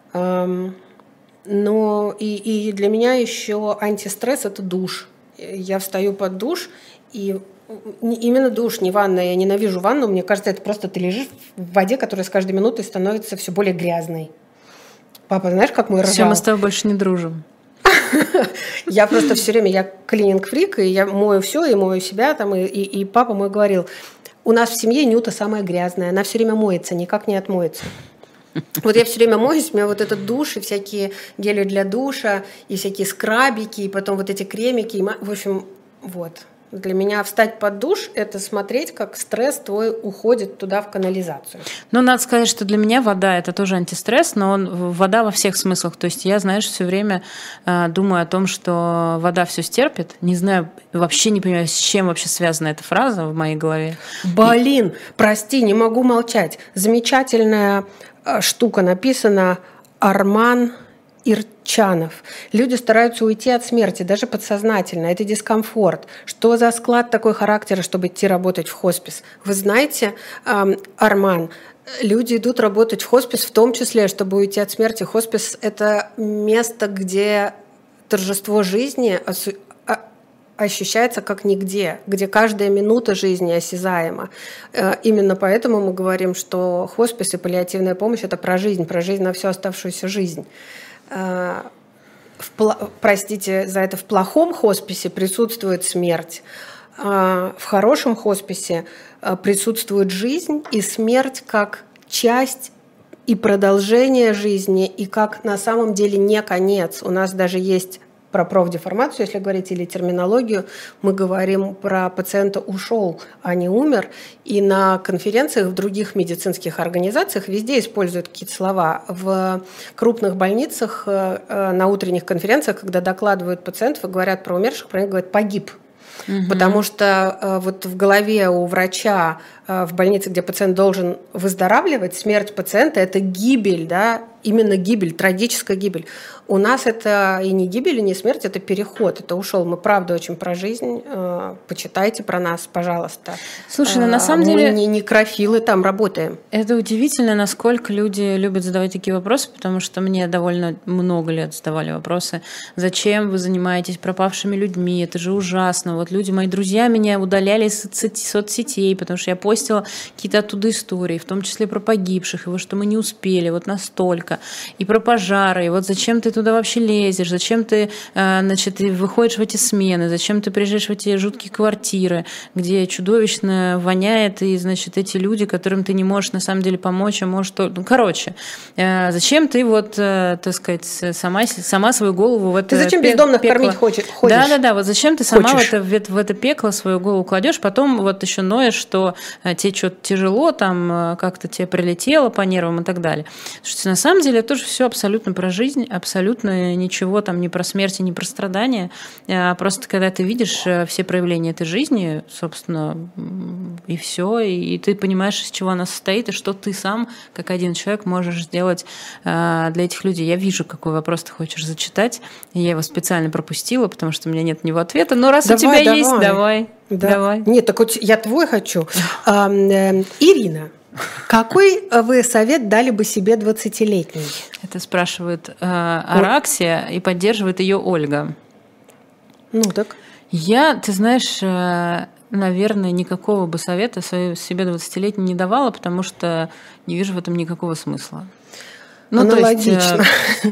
Но и для меня еще антистресс – это душ. Я встаю под душ, и Именно душ, не ванна. Я ненавижу ванну. Мне кажется, это просто ты лежишь в воде, которая с каждой минутой становится все более грязной. Папа, знаешь, как мой ржал? Все, мы с тобой больше не дружим. Я просто все время, я клининг-фрик, и я мою все, и мою себя, там, и папа мой говорил, у нас в семье Нюта самая грязная, она все время моется, никак не отмоется. Вот я все время моюсь, у меня вот этот душ, и всякие гели для душа, и всякие скрабики, и потом вот эти кремики, в общем, вот. Для меня встать под душ – это смотреть, как стресс твой уходит туда, в канализацию. Ну, надо сказать, что для меня вода – это тоже антистресс, но вода во всех смыслах. То есть я, знаешь, все время думаю о том, что вода все стерпит. Не знаю, вообще не понимаю, с чем вообще связана эта фраза в моей голове. Блин, прости, не могу молчать. Замечательная штука написана Арман Ирчанов. Люди стараются уйти от смерти, даже подсознательно. Это дискомфорт. Что за склад такой характера, чтобы идти работать в хоспис? Вы знаете, Арман, люди идут работать в хоспис в том числе, чтобы уйти от смерти. Хоспис – это место, где торжество жизни ощущается как нигде, где каждая минута жизни осязаема. Именно поэтому мы говорим, что хоспис и паллиативная помощь – это про жизнь на всю оставшуюся жизнь. Простите за это, в плохом хосписе присутствует смерть, в хорошем хосписе присутствует жизнь и смерть как часть и продолжение жизни, и как на самом деле не конец. У нас даже есть про профдеформацию, если говорить, или терминологию, мы говорим про пациента ушел, а не умер. И на конференциях в других медицинских организациях везде используют какие-то слова. В крупных больницах на утренних конференциях, когда докладывают пациентов и говорят про умерших, про них говорят «погиб». Потому что вот в голове у врача в больнице, где пациент должен выздоравливать, смерть пациента – это гибель, да, именно гибель, трагическая гибель. У нас это и не гибель, и не смерть, это переход, это ушел. Мы правда очень про жизнь. Почитайте про нас, пожалуйста. Слушай, ну на самом деле… Мы не некрофилы, там работаем. Это удивительно, насколько люди любят задавать такие вопросы, потому что мне довольно много лет задавали вопросы. Зачем вы занимаетесь пропавшими людьми? Это же ужасно. Вот люди, мои друзья, меня удаляли из соцсетей, потому что я постила какие-то оттуда истории, в том числе про погибших, и вот что мы не успели, вот настолько, и про пожары, и вот зачем ты туда вообще лезешь, зачем ты, значит, выходишь в эти смены, зачем ты приезжаешь в эти жуткие квартиры, где чудовищно воняет, и, значит, эти люди, которым ты не можешь на самом деле помочь, а можешь только… Ну, короче, зачем ты вот, так сказать, сама свою голову в это… Ты зачем бездомных кормить ходишь? Да, вот зачем ты сама в это пекло свою голову кладешь, потом вот еще ноешь, что тебе что-то тяжело, там как-то тебе прилетело по нервам и так далее. Слушайте, на самом деле это тоже все абсолютно про жизнь, абсолютно ничего там не про смерть и не про страдания. Просто когда ты видишь все проявления этой жизни, собственно, и все, и ты понимаешь, из чего она состоит, и что ты сам, как один человек, можешь сделать для этих людей. Я вижу, какой вопрос ты хочешь зачитать. Я его специально пропустила, потому что у меня нет на него ответа. Но раз у тебя есть, давай. Нет, так вот я твой хочу. Ирина, какой вы совет дали бы себе 20-летней? Это спрашивает Араксия, и поддерживает ее Ольга. Ну так. Ты знаешь, наверное, никакого бы совета себе 20-летней не давала, потому что не вижу в этом никакого смысла. Аналогично.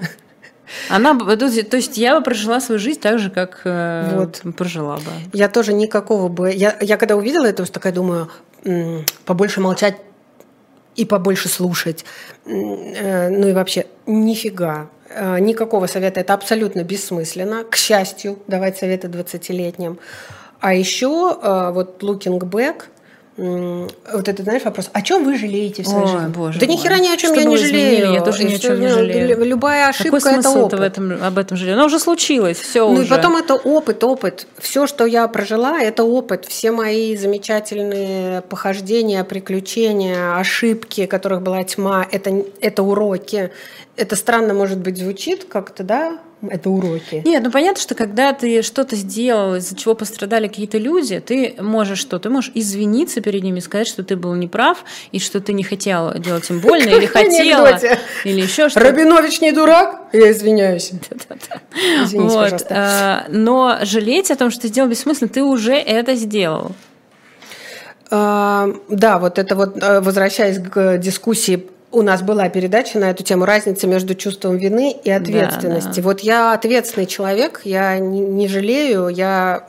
То есть я бы прожила свою жизнь так же, как прожила бы. Я тоже никакого бы… Я когда увидела это, такая думаю, побольше молчать и побольше слушать. Ну и вообще, нифига. Никакого совета. Это абсолютно бессмысленно. К счастью, давать советы 20-летним. А еще вот looking back, вот это, знаешь, вопрос, о чем вы жалеете в своей жизни? Боже да ни хера ни о чем я не жалею. Я тоже ни о чем не жалею. Любая ошибка – Какой это смысл опыт. об этом жалеть? Оно уже случилось, все уже. Ну и потом это опыт. Все, что я прожила, это опыт. Все мои замечательные похождения, приключения, ошибки, которых была тьма, это уроки. Это странно, может быть, звучит как-то, да? Это уроки. Нет, ну понятно, что когда ты что-то сделал, из-за чего пострадали какие-то люди, ты можешь Ты можешь извиниться перед ними, сказать, что ты был неправ, и что ты не хотел делать им больно, или хотела, или еще что-то. Рабинович не дурак? Я извиняюсь. Извините, пожалуйста. Но жалеть о том, что ты сделал бессмысленно, ты уже это сделал. Да, вот это вот, возвращаясь к дискуссии, у нас была передача на эту тему «Разница между чувством вины и ответственности». Да. Вот я ответственный человек, я не жалею, я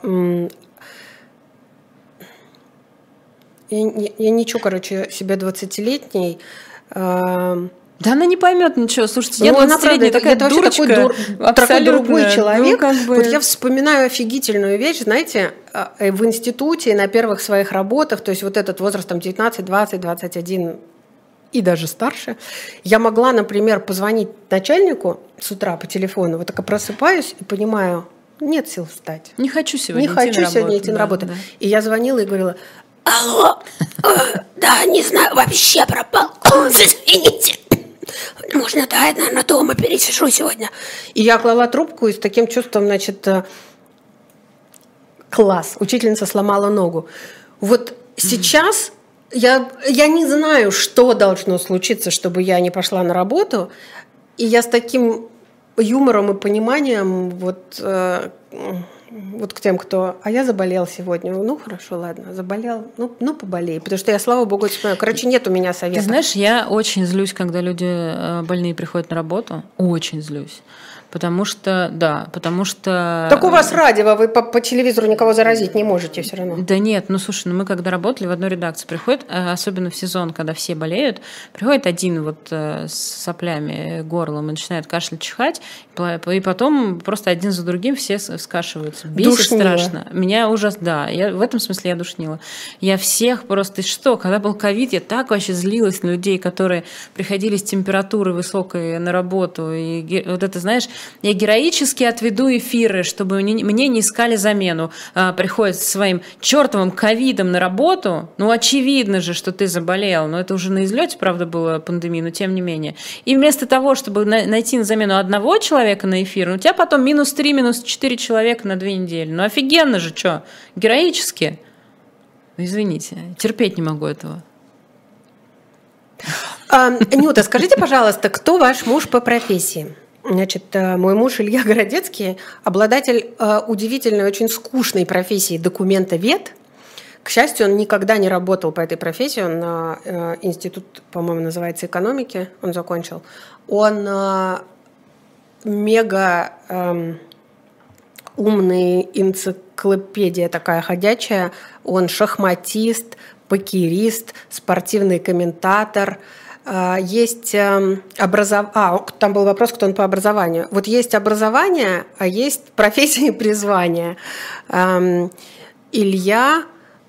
ничего, короче, себя 20-летней. Да она не поймет ничего. Слушайте, я 20-летняя такая дурочка. Такой другой человек. Ну, Вот я вспоминаю офигительную вещь, знаете, в институте, на первых своих работах, то есть вот этот возраст там 19, 20, 21 и даже старше, я могла, например, позвонить начальнику с утра по телефону, вот так просыпаюсь и понимаю, нет сил встать. Не хочу сегодня идти на работу. Да. И я звонила и говорила: алло, да, не знаю, вообще пропал, извините. Можно, да, я, наверное, дома пересижу сегодня. И я клала трубку и с таким чувством, значит, класс, учительница сломала ногу. Вот сейчас я не знаю, что должно случиться, чтобы я не пошла на работу, и я с таким юмором и пониманием вот к тем, кто... А я заболел сегодня. Ну, хорошо, ладно, заболел. Ну поболей. Потому что я, слава богу, короче, нет у меня совета. Ты знаешь, я очень злюсь, когда люди больные приходят на работу. Очень злюсь. Потому что... Так у вас радио, вы по телевизору никого заразить не можете все равно. Да нет, слушай, мы когда работали в одной редакции, приходит, особенно в сезон, когда все болеют, приходит один вот с соплями, горлом и начинает кашлять, чихать, и потом просто один за другим все скашиваются. Бесит душнила. Страшно. Меня да. В этом смысле я душнила. Я всех просто... Когда был ковид, я так вообще злилась на людей, которые приходили с температурой высокой на работу. И вот это, знаешь, я героически отведу эфиры, чтобы мне не искали замену. Приходят со своим чертовым ковидом на работу. Очевидно же, что ты заболел. Но это уже на излете, правда, была пандемия, но тем не менее. И вместо того, чтобы найти на замену одного человека на эфир, у тебя потом -3, -4 человека на 2 недели. Офигенно же, что? Героически. Извините, терпеть не могу этого. Нюта, скажите, пожалуйста, кто ваш муж по профессии? Значит, мой муж Илья Городецкий, обладатель удивительной, очень скучной профессии документовед. К счастью, он никогда не работал по этой профессии. Он институт, по-моему, называется экономики, он закончил. Он мега умный, энциклопедия такая ходячая. Он шахматист, покерист, спортивный комментатор. Есть там был вопрос, кто он по образованию. Вот есть образование, а есть профессия и призвание. Илья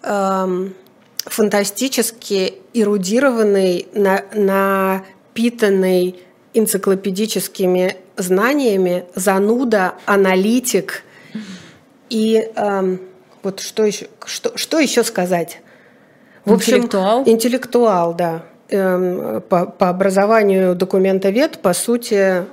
фантастически эрудированный, напитанный энциклопедическими знаниями, зануда, аналитик. И вот что еще сказать? В общем, интеллектуал, да. По образованию документовед, по сути...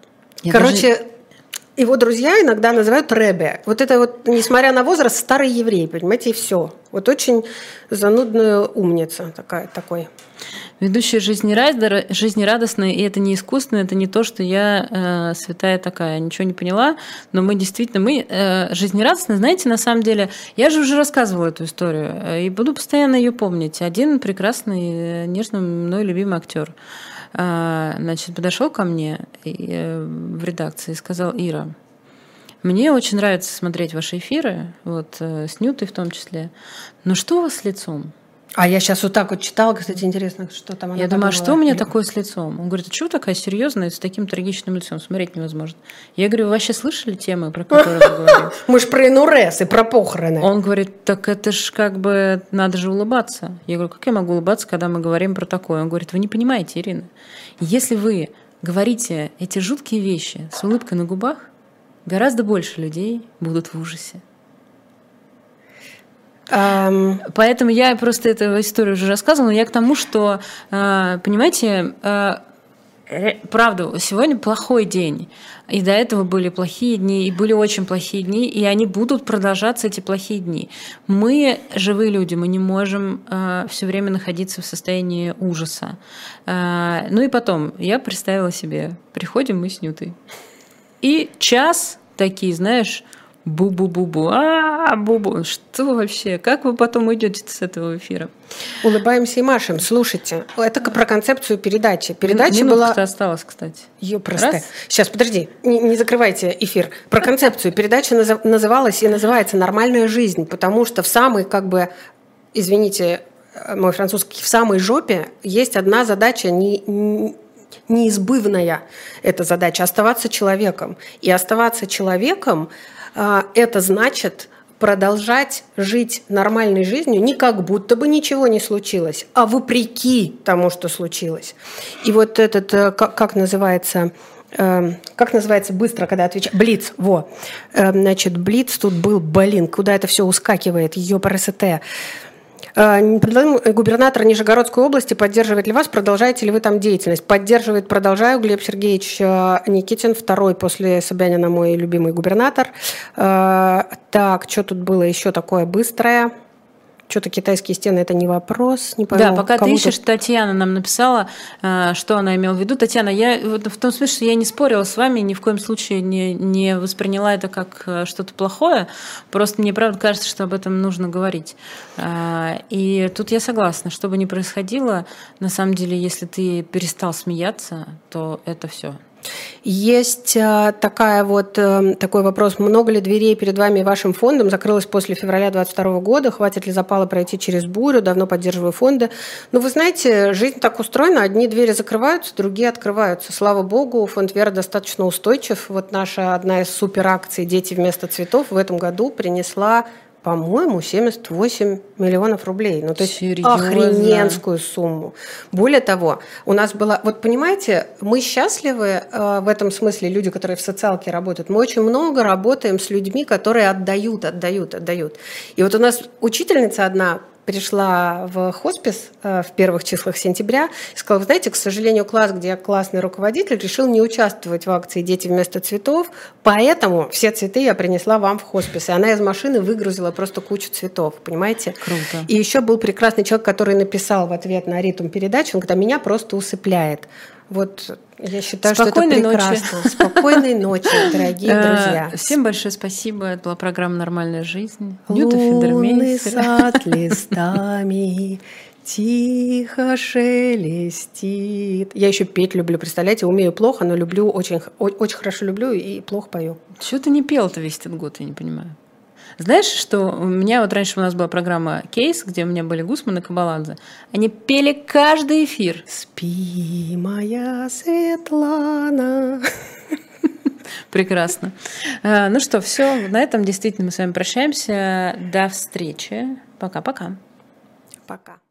Его друзья иногда называют ребе. Вот это вот, несмотря на возраст, старый еврей, понимаете, и все. Вот очень занудная умница такой. Ведущая жизнерадостная, и это не искусственно, это не то, что я святая такая, ничего не поняла, но мы жизнерадостные, знаете, на самом деле, я же уже рассказывала эту историю, и буду постоянно ее помнить. Один прекрасный, нежно мной любимый актер, значит, подошел ко мне в редакции и сказал: Ира, мне очень нравится смотреть ваши эфиры, вот с Нютой в том числе, но что у вас с лицом? А я сейчас вот так вот читала, кстати, интересно, что там она. Я думаю, а что у меня такое с лицом? Он говорит: а чего такая серьезная, с таким трагичным лицом? Смотреть невозможно. Я говорю: вы вообще слышали темы, про которые мы говорим? Мы ж про инурез и про похороны. Он говорит: так это ж надо же улыбаться. Я говорю: как я могу улыбаться, когда мы говорим про такое? Он говорит: вы не понимаете, Ирина, если вы говорите эти жуткие вещи с улыбкой на губах, гораздо больше людей будут в ужасе. Поэтому я просто эту историю уже рассказывала, но я к тому, что, понимаете, правда, сегодня плохой день, и до этого были плохие дни, и были очень плохие дни, и они будут продолжаться, эти плохие дни. Мы, живые люди, мы не можем все время находиться в состоянии ужаса. Ну и потом, я представила себе, приходим мы с Нютой, и час такие, знаешь, Бу-бу-бу-бу. Бу-бу. Что вообще? Как вы потом уйдете с этого эфира? Улыбаемся и машем. Слушайте, это про концепцию передачи. Передача была... Минутка осталась, кстати. Ёпросты. Сейчас, подожди, не закрывайте эфир. Про концепцию. Передача называлась и называется «Нормальная жизнь», потому что в самой, извините, мой французский, в самой жопе есть одна задача неизбывная. Это задача оставаться человеком. И оставаться человеком это значит продолжать жить нормальной жизнью не как будто бы ничего не случилось, а вопреки тому, что случилось. И вот этот, как называется быстро, когда отвечаю? Блиц, во. Значит, Блиц тут был, куда это все ускакивает, ёпрст. Губернатор Нижегородской области поддерживает ли вас, продолжаете ли вы там деятельность? Поддерживает, продолжаю. Глеб Сергеевич Никитин, второй после Собянина мой любимый губернатор. Так, что тут было еще такое быстрое? Что-то китайские стены – это не вопрос. Не пойму, да, пока ты ищешь, Татьяна нам написала, что она имела в виду. Татьяна, я в том смысле, что я не спорила с вами, ни в коем случае не восприняла это как что-то плохое. Просто мне, правда, кажется, что об этом нужно говорить. И тут я согласна. Что бы ни происходило, на самом деле, если ты перестал смеяться, то это все. Есть такой вопрос. Много ли дверей перед вами и вашим фондом закрылось после февраля 2022 года? Хватит ли запала пройти через бурю? Давно поддерживаю фонды. Ну, вы знаете, жизнь так устроена. Одни двери закрываются, другие открываются. Слава богу, фонд Вера достаточно устойчив. Вот наша одна из суперакций «Дети вместо цветов» в этом году принесла, по-моему, 78 миллионов рублей. Ну, то есть охрененскую сумму. Более того, у нас была... Вот понимаете, мы счастливы в этом смысле, люди, которые в социалке работают. Мы очень много работаем с людьми, которые отдают. И вот у нас учительница одна пришла в хоспис в первых числах сентября и сказала: вы знаете, к сожалению, класс, где я классный руководитель, решил не участвовать в акции «Дети вместо цветов», поэтому все цветы я принесла вам в хоспис. И она из машины выгрузила просто кучу цветов, понимаете? Круто. И еще был прекрасный человек, который написал в ответ на ритм передачи, он говорит: меня просто усыпляет. Вот я считаю, Спокойной что это прекрасно. Ночи. Спокойной ночи, дорогие друзья. Всем большое спасибо. Это была программа «Нормальная жизнь». Лунный сад листами тихо шелестит. Я еще петь люблю, представляете, умею плохо, но люблю, очень хорошо люблю и плохо пою. Чего ты не пел-то весь этот год, я не понимаю. Знаешь, что у меня вот раньше у нас была программа «Кейс», где у меня были Гусман и Кабаладзе. Они пели каждый эфир. «Спи, моя Светлана». Прекрасно. Ну что, все, на этом действительно мы с вами прощаемся. До встречи. Пока-пока. Пока.